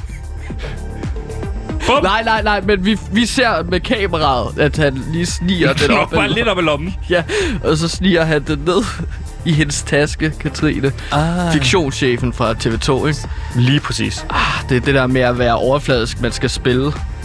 Nej, men vi ser med kameraet, at han lige sniger den op. Bare lidt op i lommen. Ja, og så sniger han den ned i hendes taske, Katrine. Fiktionschefen fra TV2, ikke? Lige præcis. Det er det der med at være overfladisk, man skal spille.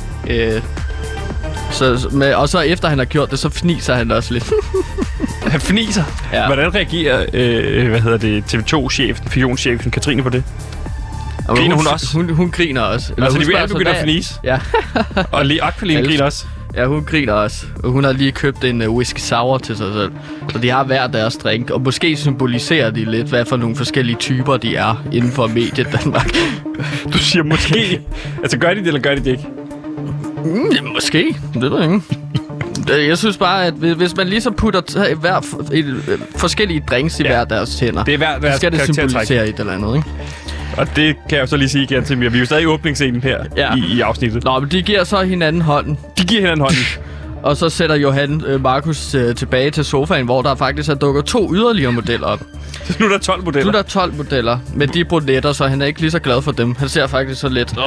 Og så efter han har gjort det, så fniser han også lidt. Han fniser? Ja. Hvordan reagerer TV2-chefen, fiktionschefen Katrine på det? Griner hun også? Hun griner også. Altså, de vil alle begynde at fnise? Ja. Og lige Aqualene griner også? Ja, hun griner også. Og hun har lige købt en whisky sour til sig selv. Så de har hver deres drink. Og måske symboliserer de lidt, hvad for nogle forskellige typer de er inden for mediet Danmark. Du siger måske. Altså, gør de det, eller gør de det ikke? Måske. Det ved jeg ikke. Jeg synes bare, at hvis man lige så putter forskellige drinks i hver deres hænder, det er hver deres skal det symbolisere et eller andet, ikke? Og det kan jeg jo så lige sige igen til mig. Vi er jo stadig i åbningsscenen her i afsnittet. Nå, men de giver så hinanden hånden. Og så sætter Johan Markus tilbage til sofaen, hvor der faktisk er dukket 2 yderligere modeller op. Så nu er der 12 modeller? Nu er der 12 modeller, men de er brunetter, så han er ikke lige så glad for dem. Han ser faktisk så lidt...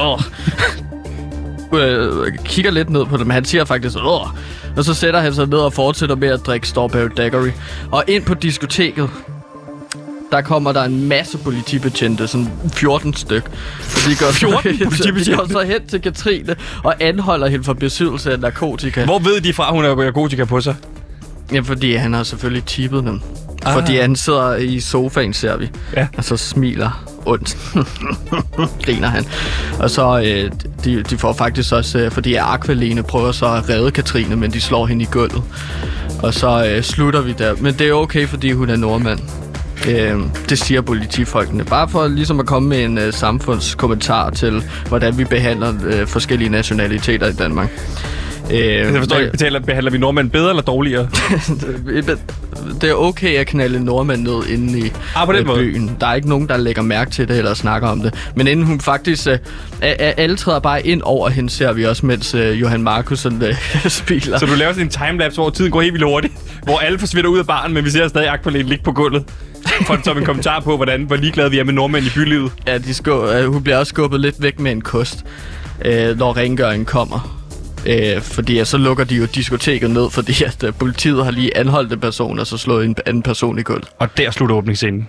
kigger lidt ned på dem, men han siger faktisk... Og så sætter han sig ned og fortsætter med at drikke strawberry daiquiri. Og ind på diskoteket, der kommer der en masse politibetjente, sådan 14 styk. Og de går 14 politibetjente? De går så hen til Katrine og anholder hende for besiddelse af narkotika. Hvor ved de fra, at hun har narkotika på sig? Ja, fordi han har selvfølgelig tippet dem. Fordi han sidder i sofaen, ser vi. Ja. Og så smiler ondt. Griner han. Og så de får faktisk også, fordi Aqualene prøver så at redde Katrine, men de slår hende i gulvet. Og så slutter vi der. Men det er okay, fordi hun er nordmand. Det siger politifolkene. Bare for ligesom at komme med en samfundskommentar til, hvordan vi behandler forskellige nationaliteter i Danmark. Jeg forstår ikke, behandler vi nordmænd bedre eller dårligere? Det er okay at knalde nordmænd ned inde i byen. Der er ikke nogen, der lægger mærke til det eller snakker om det. Men inden hun faktisk... alle træder bare ind over hende, ser vi også, mens Johan Markus spiller. Så du laver sådan en timelapse, hvor tiden går helt vildt hurtigt, hvor alle forsvinder ud af baren, men vi ser stadig Aqualene ligge på gulvet. Som en kommentar på, hvor ligeglade vi er med nordmænd i bylivet. Ja, hun bliver også skubbet lidt væk med en kost, når rengøringen kommer. Fordi så lukker de jo diskoteket ned, fordi at politiet har lige anholdt en person, og så slået en anden person i gulvet. Og der slutter åbningsscenen.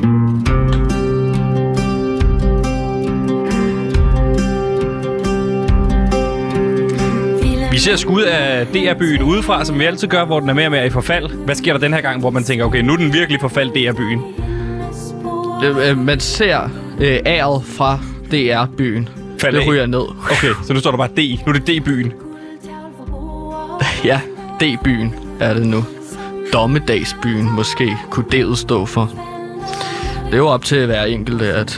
Vi ser skud af DR-byen udefra, som vi altid gør, hvor den er mere og mere i forfald. Hvad sker der den her gang, hvor man tænker, okay, nu er den virkelig forfald, DR-byen? Man ser æret fra DR-byen. Det ryger ned. Okay, så nu står der bare D. Nu er det D-byen. Ja, D-byen er det nu. Dommedagsbyen måske kunne D'et stå for. Det er jo op til hver enkelt at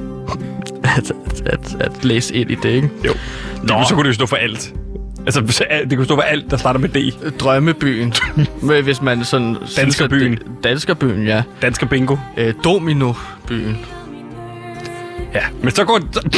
læse ind i det, ikke? Jo. Så kunne det jo stå for alt. Altså, det kunne stå for alt, der starter med D. Drømmebyen. Hvis man sådan... Danskerbyen. Danskerbyen, ja. Dansker bingo. Dominobyen. Ja, men så går...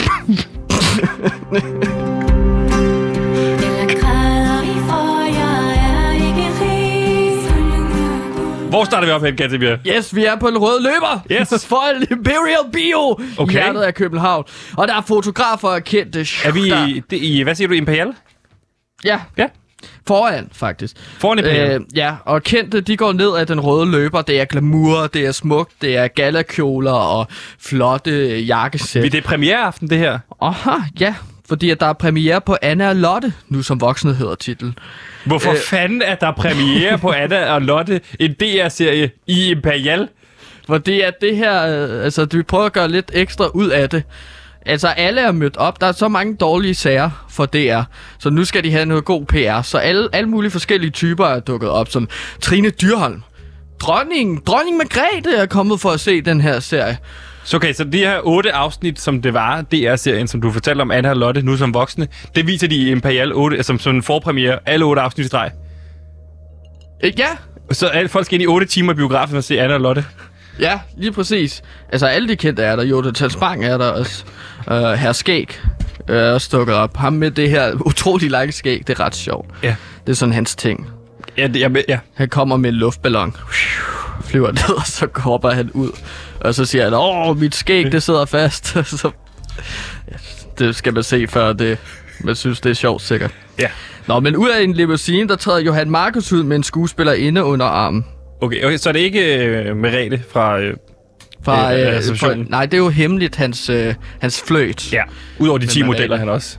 Hvor starter vi op hen, Gantemir? Yes, vi er på en rød løber. Yes. For Imperial Bio i hjertet af København. Og der er fotografer og kendte. Er vi i hvad siger du, Imperial? Ja. Foran, faktisk. Foran Imperial? Ja, og kendte, de går ned ad den røde løber. Det er glamour, det er smukt, det er galakjoler og flotte jakkesæt. Det er premiereaften, det her. Aha, ja. Fordi at der er premiere på Anna og Lotte, nu som voksne hedder titlen. Hvorfor fanden er der premiere på Anna og Lotte, en DR-serie i Imperial? Fordi at det her, vi prøver at gøre lidt ekstra ud af det. Altså, alle er mødt op. Der er så mange dårlige sager for DR. Så nu skal de have noget god PR. Så alle mulige forskellige typer er dukket op. Som Trine Dyrholm. Dronning Margrethe er kommet for at se den her serie. Så okay, så de her 8 afsnit, som det var, DR-serien, som du fortalte om Anna og Lotte, nu som voksne, det viser de i Imperial 8, som sådan en forpremiere, alle 8 afsnit i streg. Ja. Så folk skal ind i 8 timer i biografen og se Anna og Lotte. Ja, lige præcis. Altså, alle de kendte er der. Jodel Talsbang er der også. Herr Skæg er også dukket op. Ham med det her utrolig lange skæg, det er ret sjovt. Ja. Det er sådan hans ting. Ja. Han kommer med en luftballon. Flyver ned, og så hopper han ud. Og så siger han, mit skæg, det sidder fast. Så, det skal man se, før man synes, det er sjovt, sikkert. Ja. Nå, men ud af en limousine, der træder Johan Markus ud med en skuespiller inde under armen. Okay, så er det ikke Merete fra nej, det er jo hemmeligt, hans fløjt. Ja, udover de 10 modeller, han også.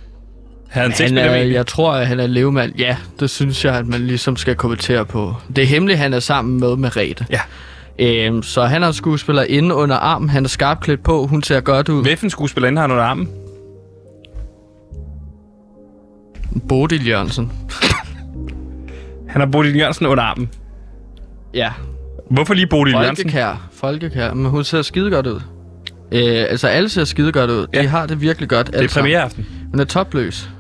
Jeg tror, at han er levemand. Ja, det synes jeg, at man ligesom skal kommentere på. Det er hemmeligt, han er sammen med Merete. Ja. Så han er skuespiller inde under armen. Han er skarpklædt på. Hun ser godt ud. Hvilken skuespiller inde har han under armen? Bodil Jørgensen. Han har Bodil Jørgensen under armen? Ja. Hvorfor lige Bodil Jørgensen? Folkekær. Men hun ser skide godt ud. Alle ser skide godt ud. Ja. De har det virkelig godt. Det er premiereaften. Hun er topløs.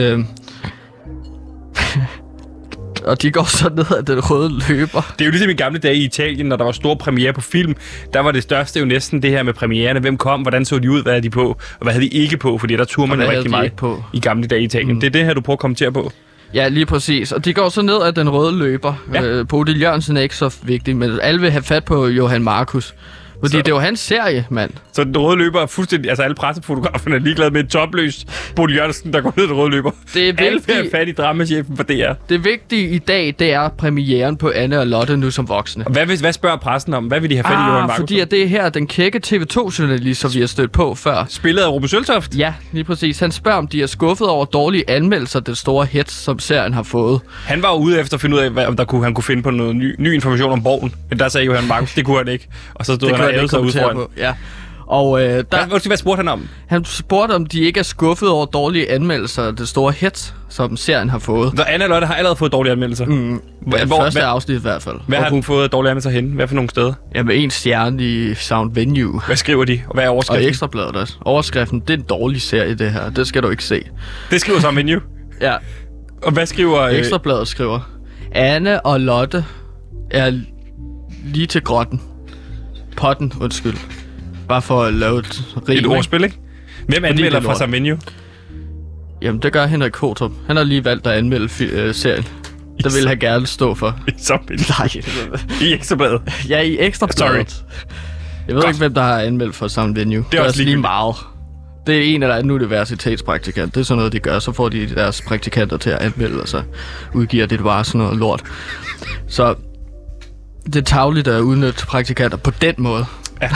Og de går så ned ad den røde løber. Det er jo ligesom i gamle dage i Italien, når der var store premiere på film. Der var det største jo næsten det her med premiererne. Hvem kom, hvordan så de ud, hvad havde de på, og hvad havde de ikke på? Fordi der turde man jo rigtig meget på i gamle dage i Italien. Det er det her, du prøver at kommentere på. Ja, lige præcis. Og de går så ned ad den røde løber. Ja. Bodil Jørgensen er ikke så vigtig, men alle vil have fat på Johan Markus. Fordi det er jo hans serie, mand. Så den røde løber er fuldstændig... Altså alle pressefotograferne er ligeglade med en topløs Bodil Jørgensen, der går ned den røde løber. Det er vigtigt. Alle vil have fat i dramachefen for DR. Det vigtige i dag, det er premieren på Anne og Lotte nu som voksne. Og hvad spørger pressen om? Hvad vil de have fat i Johan Markus? Fordi at det er her den kække TV2-journalist, som vi har stødt på før. Spillet af Ruben Søltoft? Ja, lige præcis. Han spørger, om de er skuffet over dårlige anmeldelser, den store hits, som serien har fået. Han var ude efter at finde ud af, om han kunne finde på noget ny information om Borgen. Men der sagde Johan Markus, det kunne han ikke. Og så stod han og ævede sig ud foran. Ja. Og hvad spurgte han om? Han spurgte, om de ikke er skuffet over dårlige anmeldelser af det store hit, som serien har fået. Så Anna og Lotte har allerede fået dårlige anmeldelser? Første afsnit i hvert fald. Hvad har den fået dårlige anmeldelser henne? Hvad for nogle steder? Jamen 1 stjerne i Sound Venue. Hvad skriver de? Og hvad er overskriften? Og Ekstrabladet også. Overskriften, det er en dårlig serie det her. Det skal du ikke se. Det skriver Sound Venue? Ja. Og hvad skriver... Ekstrabladet skriver: Anne og Lotte er lige til grotten. Potten, undskyld. Bare for at lave et ordspil, ikke? Hvem anmelder fra Sound Venue? Jamen, det gør Henrik Kotrup. Han har lige valgt at anmelde serien. Det vil han gerne stå for. I Sound Venue? Nej. I Ekstrabladet? Ja, i Ekstrabladet. Sorry. Jeg ved ikke, hvem der har anmeldt for Sound Venue. Det er også lige meget. Det er en eller anden universitetspraktikant. Det er sådan noget, de gør. Så får de deres praktikanter til at anmelde, og så udgiver det bare sådan noget lort. Så det er tarveligt at udnytte praktikanter på den måde. Ja.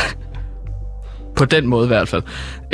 På den måde i hvert fald.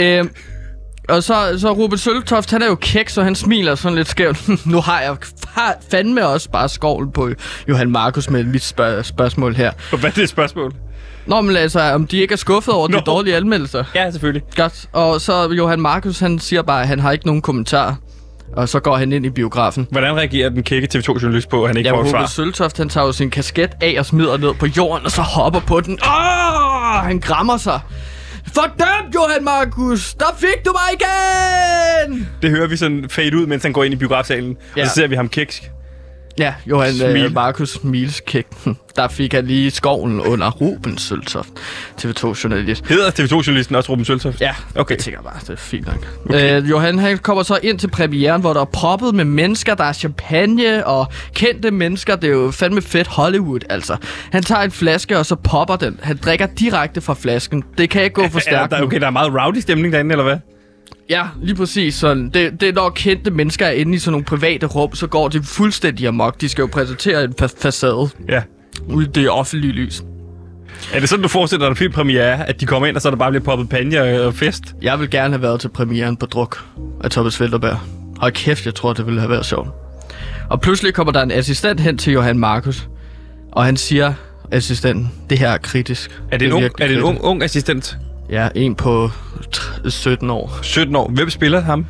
Og så Ruben Søltoft, han er jo kæk, så han smiler sådan lidt skævt. Nu har jeg fandme også bare skovlen på Johan Markus med mit spørgsmål her. Hvad er det spørgsmål? Nå, men altså, om de ikke er skuffet over de dårlige anmeldelser. Ja, selvfølgelig. Godt. Og så Johan Markus, han siger bare, at han har ikke nogen kommentar. Og så går han ind i biografen. Hvordan reagerer den kække TV2-journalist på, at han ikke får et svar? Hugo Søltoft, han tager jo sin kasket af og smider ned på jorden, og så hopper på den. Han grammer sig. Fordømt, Johan Markus! Der fik du mig igen! Det hører vi sådan fade ud, mens han går ind i biografsalen. Ja. Og så ser vi ham kæksk. Ja, Johan Markus Smileskæk. Der fik han lige skoven under Ruben Søltoft, TV2-journalist. Hedder TV2-journalisten også Ruben Søltoft? Ja, okay. Jeg tænker bare, det er fint nok. Okay. Johan, han kommer så ind til premieren, hvor der er proppet med mennesker, der er champagne og kendte mennesker. Det er jo fandme fedt Hollywood, altså. Han tager en flaske, og så popper den. Han drikker direkte fra flasken. Det kan ikke gå for stærkt. Der er meget rowdy stemning derinde, eller hvad? Ja, lige præcis sådan. Det når kendte mennesker er inde i sådan nogle private rum, så går det fuldstændig amok. De skal jo præsentere en facade. Ja. Ude i det offentlige lys. Er det sådan, du forestiller dig, at filmpremiere, at de kommer ind, og så der bare bliver poppet panje og fest? Jeg vil gerne have været til premieren på Druk af Thomas Vinterberg. Hold kæft, jeg tror, det ville have været sjovt. Og pludselig kommer der en assistent hen til Johan Markus, og han siger, assistenten, det her er kritisk. Er det en ung assistent? Ja, en på 17 år. 17 år. Hvem spiller ham?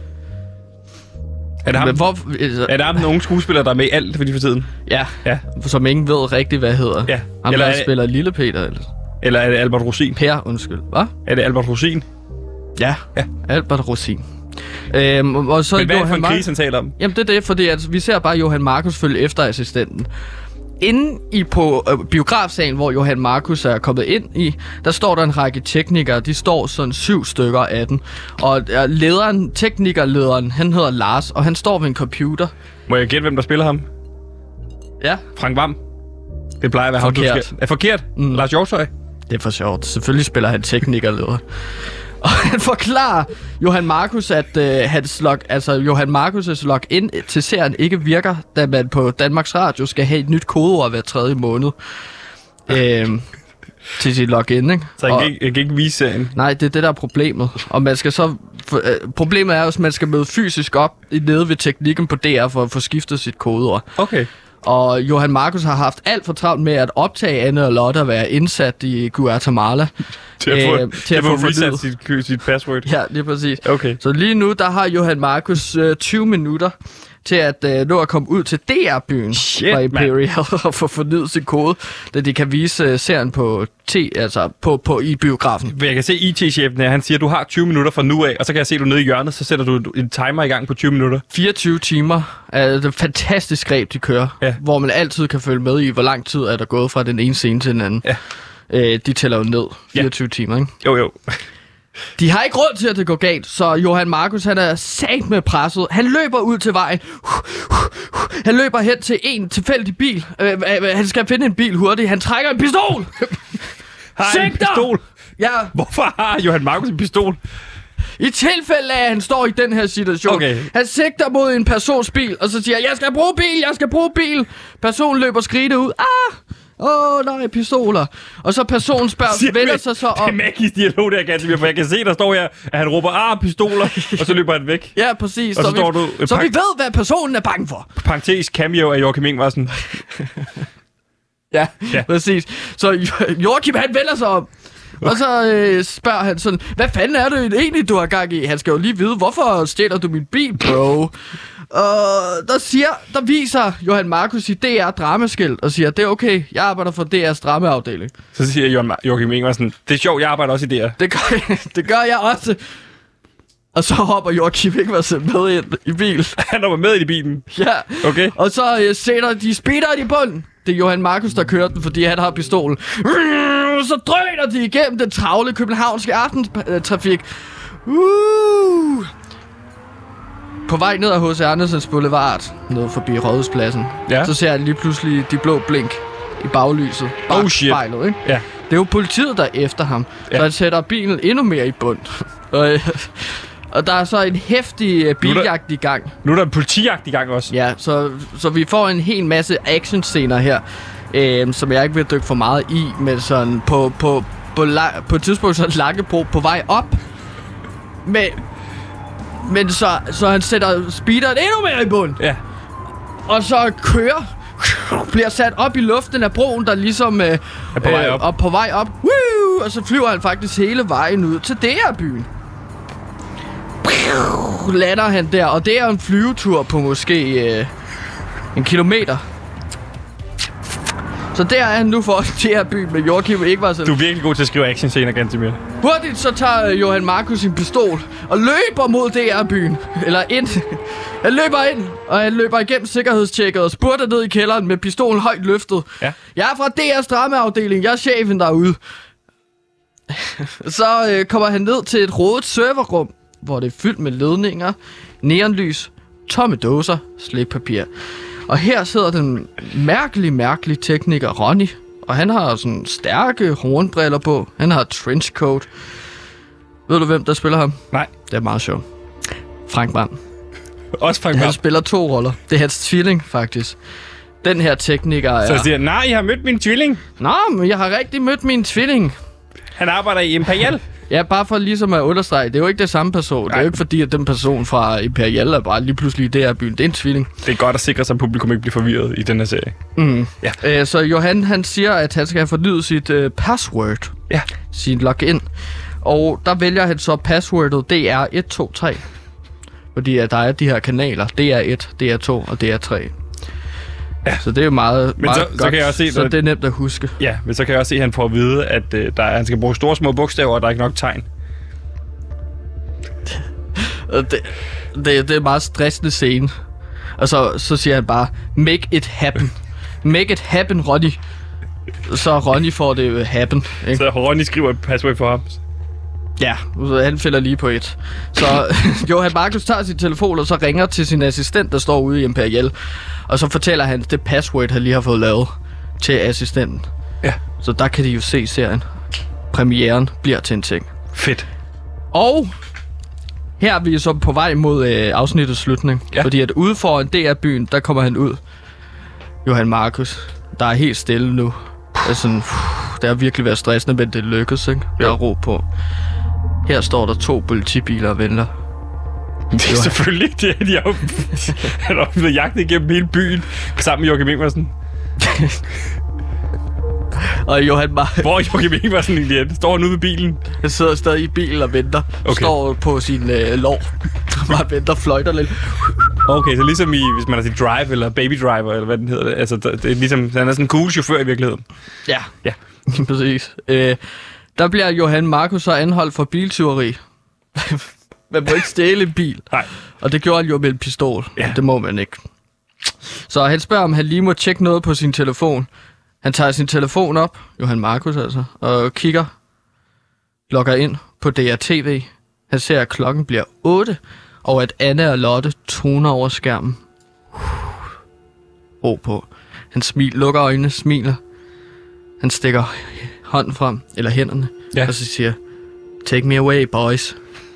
Er det ham? Er det ham, den unge skuespiller, der er med i alt for tiden? Ja, som ingen ved rigtigt, hvad hedder. Ja. Ham der spiller Lille Peter. Eller er det Albert Rosin? Per, undskyld. Hvad? Er det Albert Rosin? Ja. Albert Rosin. Og så men hvad er det for en krise, han taler om? Jamen det er det, fordi vi ser bare Johan Markus følge efter assistenten. Inde på biografsalen, hvor Johan Markus er kommet ind i, der står der en række teknikere. De står sådan 7 stykker af den. Og teknikerlederen, han hedder Lars, og han står ved en computer. Må jeg gætte, hvem der spiller ham? Ja. Frank Hvam. Det plejer at være forkert. ham, du skal... Er forkert? Lars Hjortøj? Det er for sjovt. Selvfølgelig spiller han teknikerleder. Og han forklarer Johan Markus, at Johan Markus' login til serien ikke virker, da man på Danmarks Radio skal have et nyt kodeord hver 3. måned til sit login, ikke? Så jeg kan ikke vise serien? Nej, det er det, der er problemet. Og man skal så... Problemet er jo, at man skal møde fysisk op nede ved teknikken på DR for at få skiftet sit kodeord. Okay. Og Johan Markus har haft alt for travlt med at optage Anne og Lotte og være indsat i Guatemala. til at få reset sit password. Ja, lige præcis. Okay. Så lige nu, der har Johan Markus 20 minutter til at nå at komme ud til DR-byen fra Imperial og få fornyet sin kode, da de kan vise serien på i biografen. Jeg kan se IT-chefen her, han siger, at du har 20 minutter fra nu af, og så kan jeg se, at du nede i hjørnet, så sætter du en timer i gang på 20 minutter. 24 timer er det fantastisk greb, de kører, hvor man altid kan følge med i, hvor lang tid er der gået fra den ene scene til den anden. Ja. De tæller jo ned 24 timer, ikke? Jo. De har ikke råd til, at det går galt, så Johan Markus, han er sat med presset. Han løber ud til vejen. Han løber hen til en tilfældig bil. Han skal finde en bil hurtigt. Han trækker en pistol. Har en pistol? Ja. Hvorfor har Johan Markus en pistol? I tilfælde af, at han står i den her situation. Okay. Han sigter mod en persons bil, og så siger, jeg skal bruge bil. Personen løber skrigende ud. Nej, pistoler. Og så personen vender sig så om. Det er magisk dialog der, Gantemir, for jeg kan se, der står her, at han råber, pistoler, og så løber han væk. Ja, præcis. Og så vi ved, hvad personen er bange for. Parentes cameo af Joachim Ingvarsen. ja, præcis. Så Joachim, han vender sig om. Og så spørger han sådan, hvad fanden er det egentlig, du har gang i? Han skal jo lige vide, hvorfor stjæler du min bil, bro? Og der viser Johan Markus i DR dramaskilt og siger, det er okay, jeg arbejder for DR's dramaafdeling. Så siger Joachim Ingvarsen, det er sjovt, jeg arbejder også i DR. Det gør jeg også. Og så hopper Joachim Ingvarsen med ind i bilen. Han hopper med i bilen? Ja. Okay. Og så sætter de speederen i bunden. Det er Johan Markus, der kører den, fordi han har pistolen. Så drøner de igennem den travle københavnske aftentrafik. På vej ned ad H.C. Andersens Boulevard, ned forbi Rådhuspladsen, så ser han lige pludselig de blå blink i baglyset. Spejlet, ikke? Ja. Det er jo politiet, der er efter ham. Så han sætter bilen endnu mere i bund. Og der er så en heftig biljagt i gang. Nu er der en politijagt i gang også. Ja, så vi får en hel masse actionscener her, som jeg ikke vil dykke for meget i, men sådan på et tidspunkt så Langebro på vej op. Men så han sætter speederen endnu mere i bund. Ja. Og så bliver sat op i luften af broen, der ligesom er på vej op. Og på vej op. Woo! Og så flyver han faktisk hele vejen ud til DR-byen. lander han der, og det er en flyvetur på måske 1 kilometer. Så der er han nu for det her by med Joachim Ingvarsen. Du er virkelig god til at skrive actionscener, Gantemir. Hurtigt så tager Johan Markus sin pistol og løber mod DR-byen. Eller ind. Han løber ind, og han løber igennem sikkerhedstjekket og spurter ned i kælderen med pistolen højt løftet. Ja. Jeg er fra DR's dramaafdeling. Jeg er chefen derude. Så kommer han ned til et rodet serverrum, hvor det er fyldt med ledninger, neonlys, tomme dåser, slikpapir. Og her sidder den mærkelige tekniker Ronny. Og han har sådan stærke hornbriller på. Han har trenchcoat. Ved du, hvem der spiller ham? Nej. Det er meget sjovt. Frank Hvam. Også Frank Han Hvam. spiller 2 roller. Det er hans tvilling, faktisk. Den her tekniker er... Så jeg siger, nej, jeg har mødt min tvilling. Nå, men jeg har rigtig mødt min tvilling. Han arbejder i Imperial. Ja, bare for ligesom at understrege, det er jo ikke det samme person. Nej. Det er jo ikke fordi, at den person fra Imperial er bare lige pludselig i DR-byen. Det er en tvilling. Det er godt at sikre sig, at publikum ikke bliver forvirret i den her serie. Ja. Så Johan, han siger, at han skal have fornyet sit password. Ja. Sin login. Og der vælger han så passwordet DR123. Fordi at der er de her kanaler. DR1, DR2 og DR3. Ja. Så det er jo meget Men så godt, kan jeg også se, så det er nemt at huske. Ja, men så kan jeg også se, at han får at vide, at han skal bruge store små bogstaver, og der er ikke nok tegn. Det er en meget stressende scene. Og så siger han bare, make it happen. Make it happen, Ronny. Så Ronny får det happen. Ikke? Så Ronny skriver et password for ham. Ja, så han fælder lige på et. Så Johan Markus tager sin telefon, og så ringer til sin assistent, der står ude i Imperial. Og så fortæller han det password, han lige har fået lavet til assistenten. Ja. Så der kan de jo se serien. Premieren bliver til en ting. Fedt. Og her er vi så på vej mod afsnittets slutning. Ja. Fordi at ude foran DR-byen, der kommer han ud. Johan Markus, der er helt stille nu. Altså, det har virkelig været stressende, men det lykkedes, ikke? Der er ro på. Her står der 2 politibiler og venter. Det er selvfølgelig, det er de jo. Han er blevet jagtet igennem hele byen, sammen med Joachim Ingvarsen. Og Johan Markus... Hvor er Joachim Ingvarsen egentlig? Står han ude ved bilen? Han sidder stadig i bilen og venter. Okay. Står på sin lår. Bare venter, fløjter lidt. Okay, så ligesom hvis man har sit Drive, eller Baby Driver, eller hvad den hedder. Altså, det er ligesom, han er sådan en cool chauffør i virkeligheden. Ja, Ja. præcis. Der bliver Johan Markus så anholdt for biltyveri. Man må ikke stjæle en bil. Nej. Og det gjorde han jo med en pistol. Ja. Det må man ikke. Så han spørger, om han lige må tjekke noget på sin telefon. Han tager sin telefon op, Johan Markus altså, og logger ind på DRTV. Han ser, at klokken bliver 8, og at Anna og Lotte toner over skærmen. Ro på. Han lukker øjnene, smiler. Han stikker hånden frem, eller hænderne, og så siger, take me away, boys.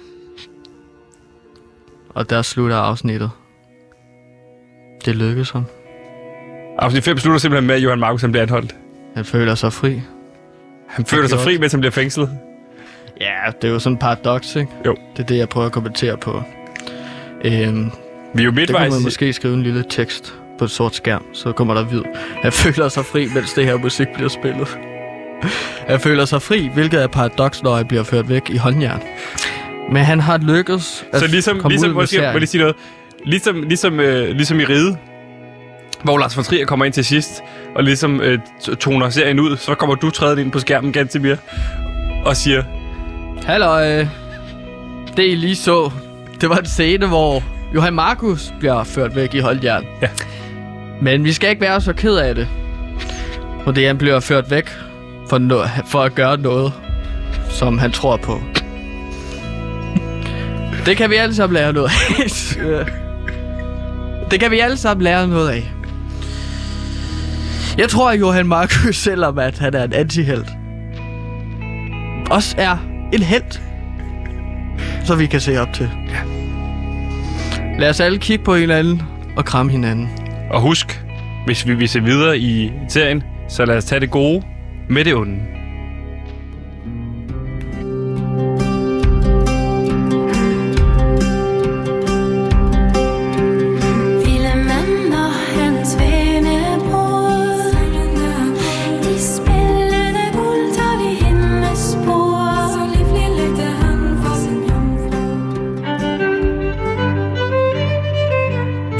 Og der slutter afsnittet. Det lykkedes ham. Afsnit 5 slutter simpelthen med, at Johan Markus bliver anholdt. Han føler sig fri. Han føler sig fri, mens han bliver fængslet. Ja, det er jo sådan en paradoks, ikke? Jo. Det er det, jeg prøver at kommentere på. Vi er jo Det kunne midtvejs. man måske skrive en lille tekst på et sort skærm, så kommer der vid. Han føler sig fri, mens det her musik bliver spillet. Han føler sig fri, hvilket er paradoks, når han bliver ført væk i håndjern. Men han har lykkedes at Så ligesom komme ud med måske, serien. må jeg sige noget? Ligesom i Ride, hvor Lars von Trier kommer ind til sidst, og ligesom toner serien ud, så kommer du trædet ind på skærmen, Gantemir, og siger, Halløj. Det I lige så, det var en scene, hvor Johan Markus bliver ført væk i håndjern. Ja. Men vi skal ikke være så ked af det. Fordi han bliver ført væk for at gøre noget, som han tror på. Det kan vi alle sammen lære noget af. Det kan vi alle sammen lære noget af. Jeg tror, at Johan Markus, selvom at han er en antihelt, også er en helt, så vi kan se op til. Ja. Lad os alle kigge på hinanden og kramme hinanden. og husk, hvis vi vil se videre i serien, så lad os tage det gode med det onde.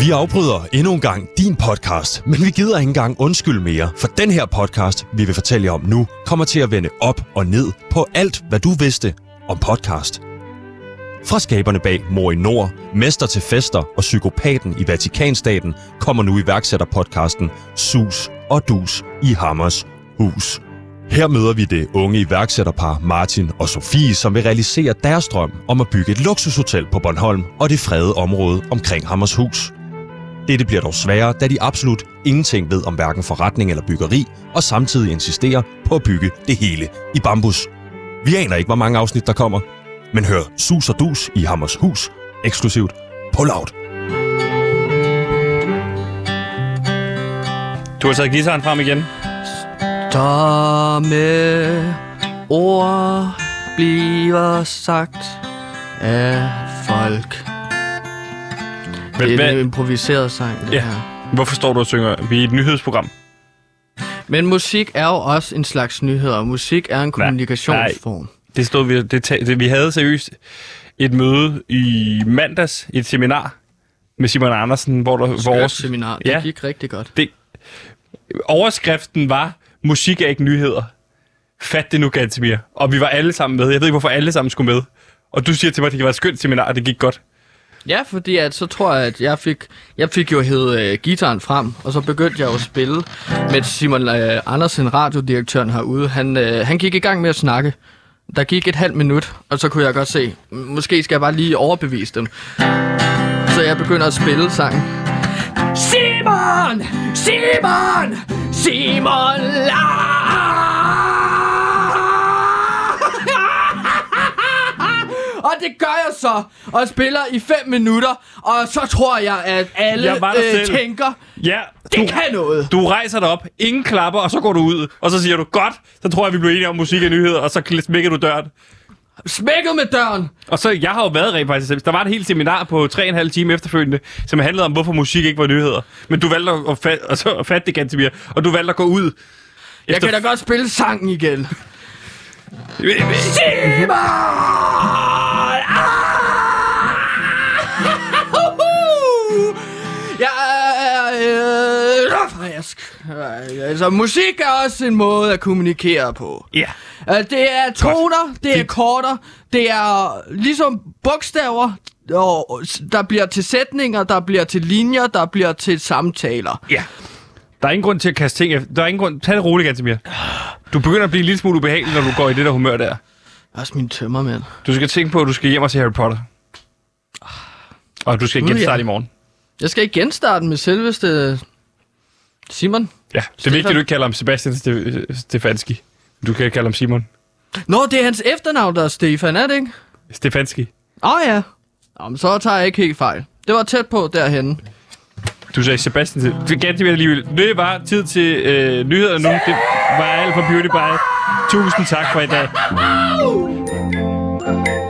Vi afbryder endnu en gang din podcast, men vi gider ikke engang undskylde mere, for den her podcast, vi vil fortælle jer om nu, kommer til at vende op og ned på alt, hvad du vidste om podcast. Fra skaberne bag Mor i Nord, Mester til Fester og Psykopaten i Vatikanstaten kommer nu iværksætterpodcasten Sus og Dus i Hammers Hus. Her møder vi det unge iværksætterpar Martin og Sofie, som vil realisere deres drøm om at bygge et luksushotel på Bornholm og det fredede område omkring Hammers Hus. Dette bliver dog sværere, da de absolut ingenting ved om hverken forretning eller byggeri, og samtidig insisterer på at bygge det hele i bambus. Vi aner ikke, hvor mange afsnit der kommer, men hør Sus og Dus i Hammers Hus eksklusivt på Loud. Du har taget guitaren frem igen. Tomme ord bliver sagt af folk. Det er en improviseret sang, det her. Hvorfor står du og synger? Vi er et nyhedsprogram. Men musik er jo også en slags nyheder. Musik er en kommunikationsform. Det stod vi havde seriøst et møde i mandags, et seminar med Simon Andersen, hvor der vores seminar. Det gik rigtig godt. Overskriften var: musik er ikke nyheder. Fat det nu, Gantemir. Og vi var alle sammen med. Jeg ved ikke, hvorfor alle sammen skulle med. Og du siger til mig, at det kan være et skønt seminar, og det gik godt. Ja, fordi så tror jeg, at jeg fik jo hævet guitaren frem, og så begyndte jeg jo at spille med Simon Andersen, radiodirektøren herude. Han gik i gang med at snakke. Der gik et halvt minut, og så kunne jeg godt se, måske skal jeg bare lige overbevise dem. Så jeg begynder at spille sangen. Simon! Simon! Simon! Og det gør jeg så, og spiller i 5 minutter, og så tror jeg, at alle tænker, det kan noget. Du rejser dig op, ingen klapper, og så går du ud, og så siger du, godt, så tror jeg, vi bliver enige om musik og nyheder, og så smækker du døren. Smækket med døren! Og så, jeg har jo været rent faktisk, der var et helt seminar på 3,5 timer efterfølgende, som handlede om, hvorfor musik ikke var nyheder. Men du valgte at fatte det, Gantemir, og du valgte at gå ud. Jeg kan da godt spille sangen igen. Simon! Jeg er frisk. Altså, musik er også en måde at kommunikere på. Ja. Det er toner, det er akkorder, det er ligesom bogstaver, der bliver til sætninger, der bliver til linjer, der bliver til samtaler. Ja. Der er ingen grund til at kaste ting. Der er ingen grund. Tag det roligt, Gantemir. Du begynder at blive en lille smule ubehagelig, når du går i det der humør der. Også min tømmermænd. Du skal tænke på, at du skal hjem og se Harry Potter. Og du skal genstarte i morgen. Jeg skal ikke genstarte med selveste Simon. Ja, det er vigtigt, du ikke kalder ham Sebastian Stefanski. Du kan kalde ham Simon. Nå, det er hans efternavn, der er Stefan, er det ikke? Stefanski. Ja. Men så tager jeg ikke helt fejl. Det var tæt på derhenne. Du sagde Sebastian. Det ganske alligevel. Det var tid til nyheder nu. Det var alt for Beauty By. Tusind tak for i dag.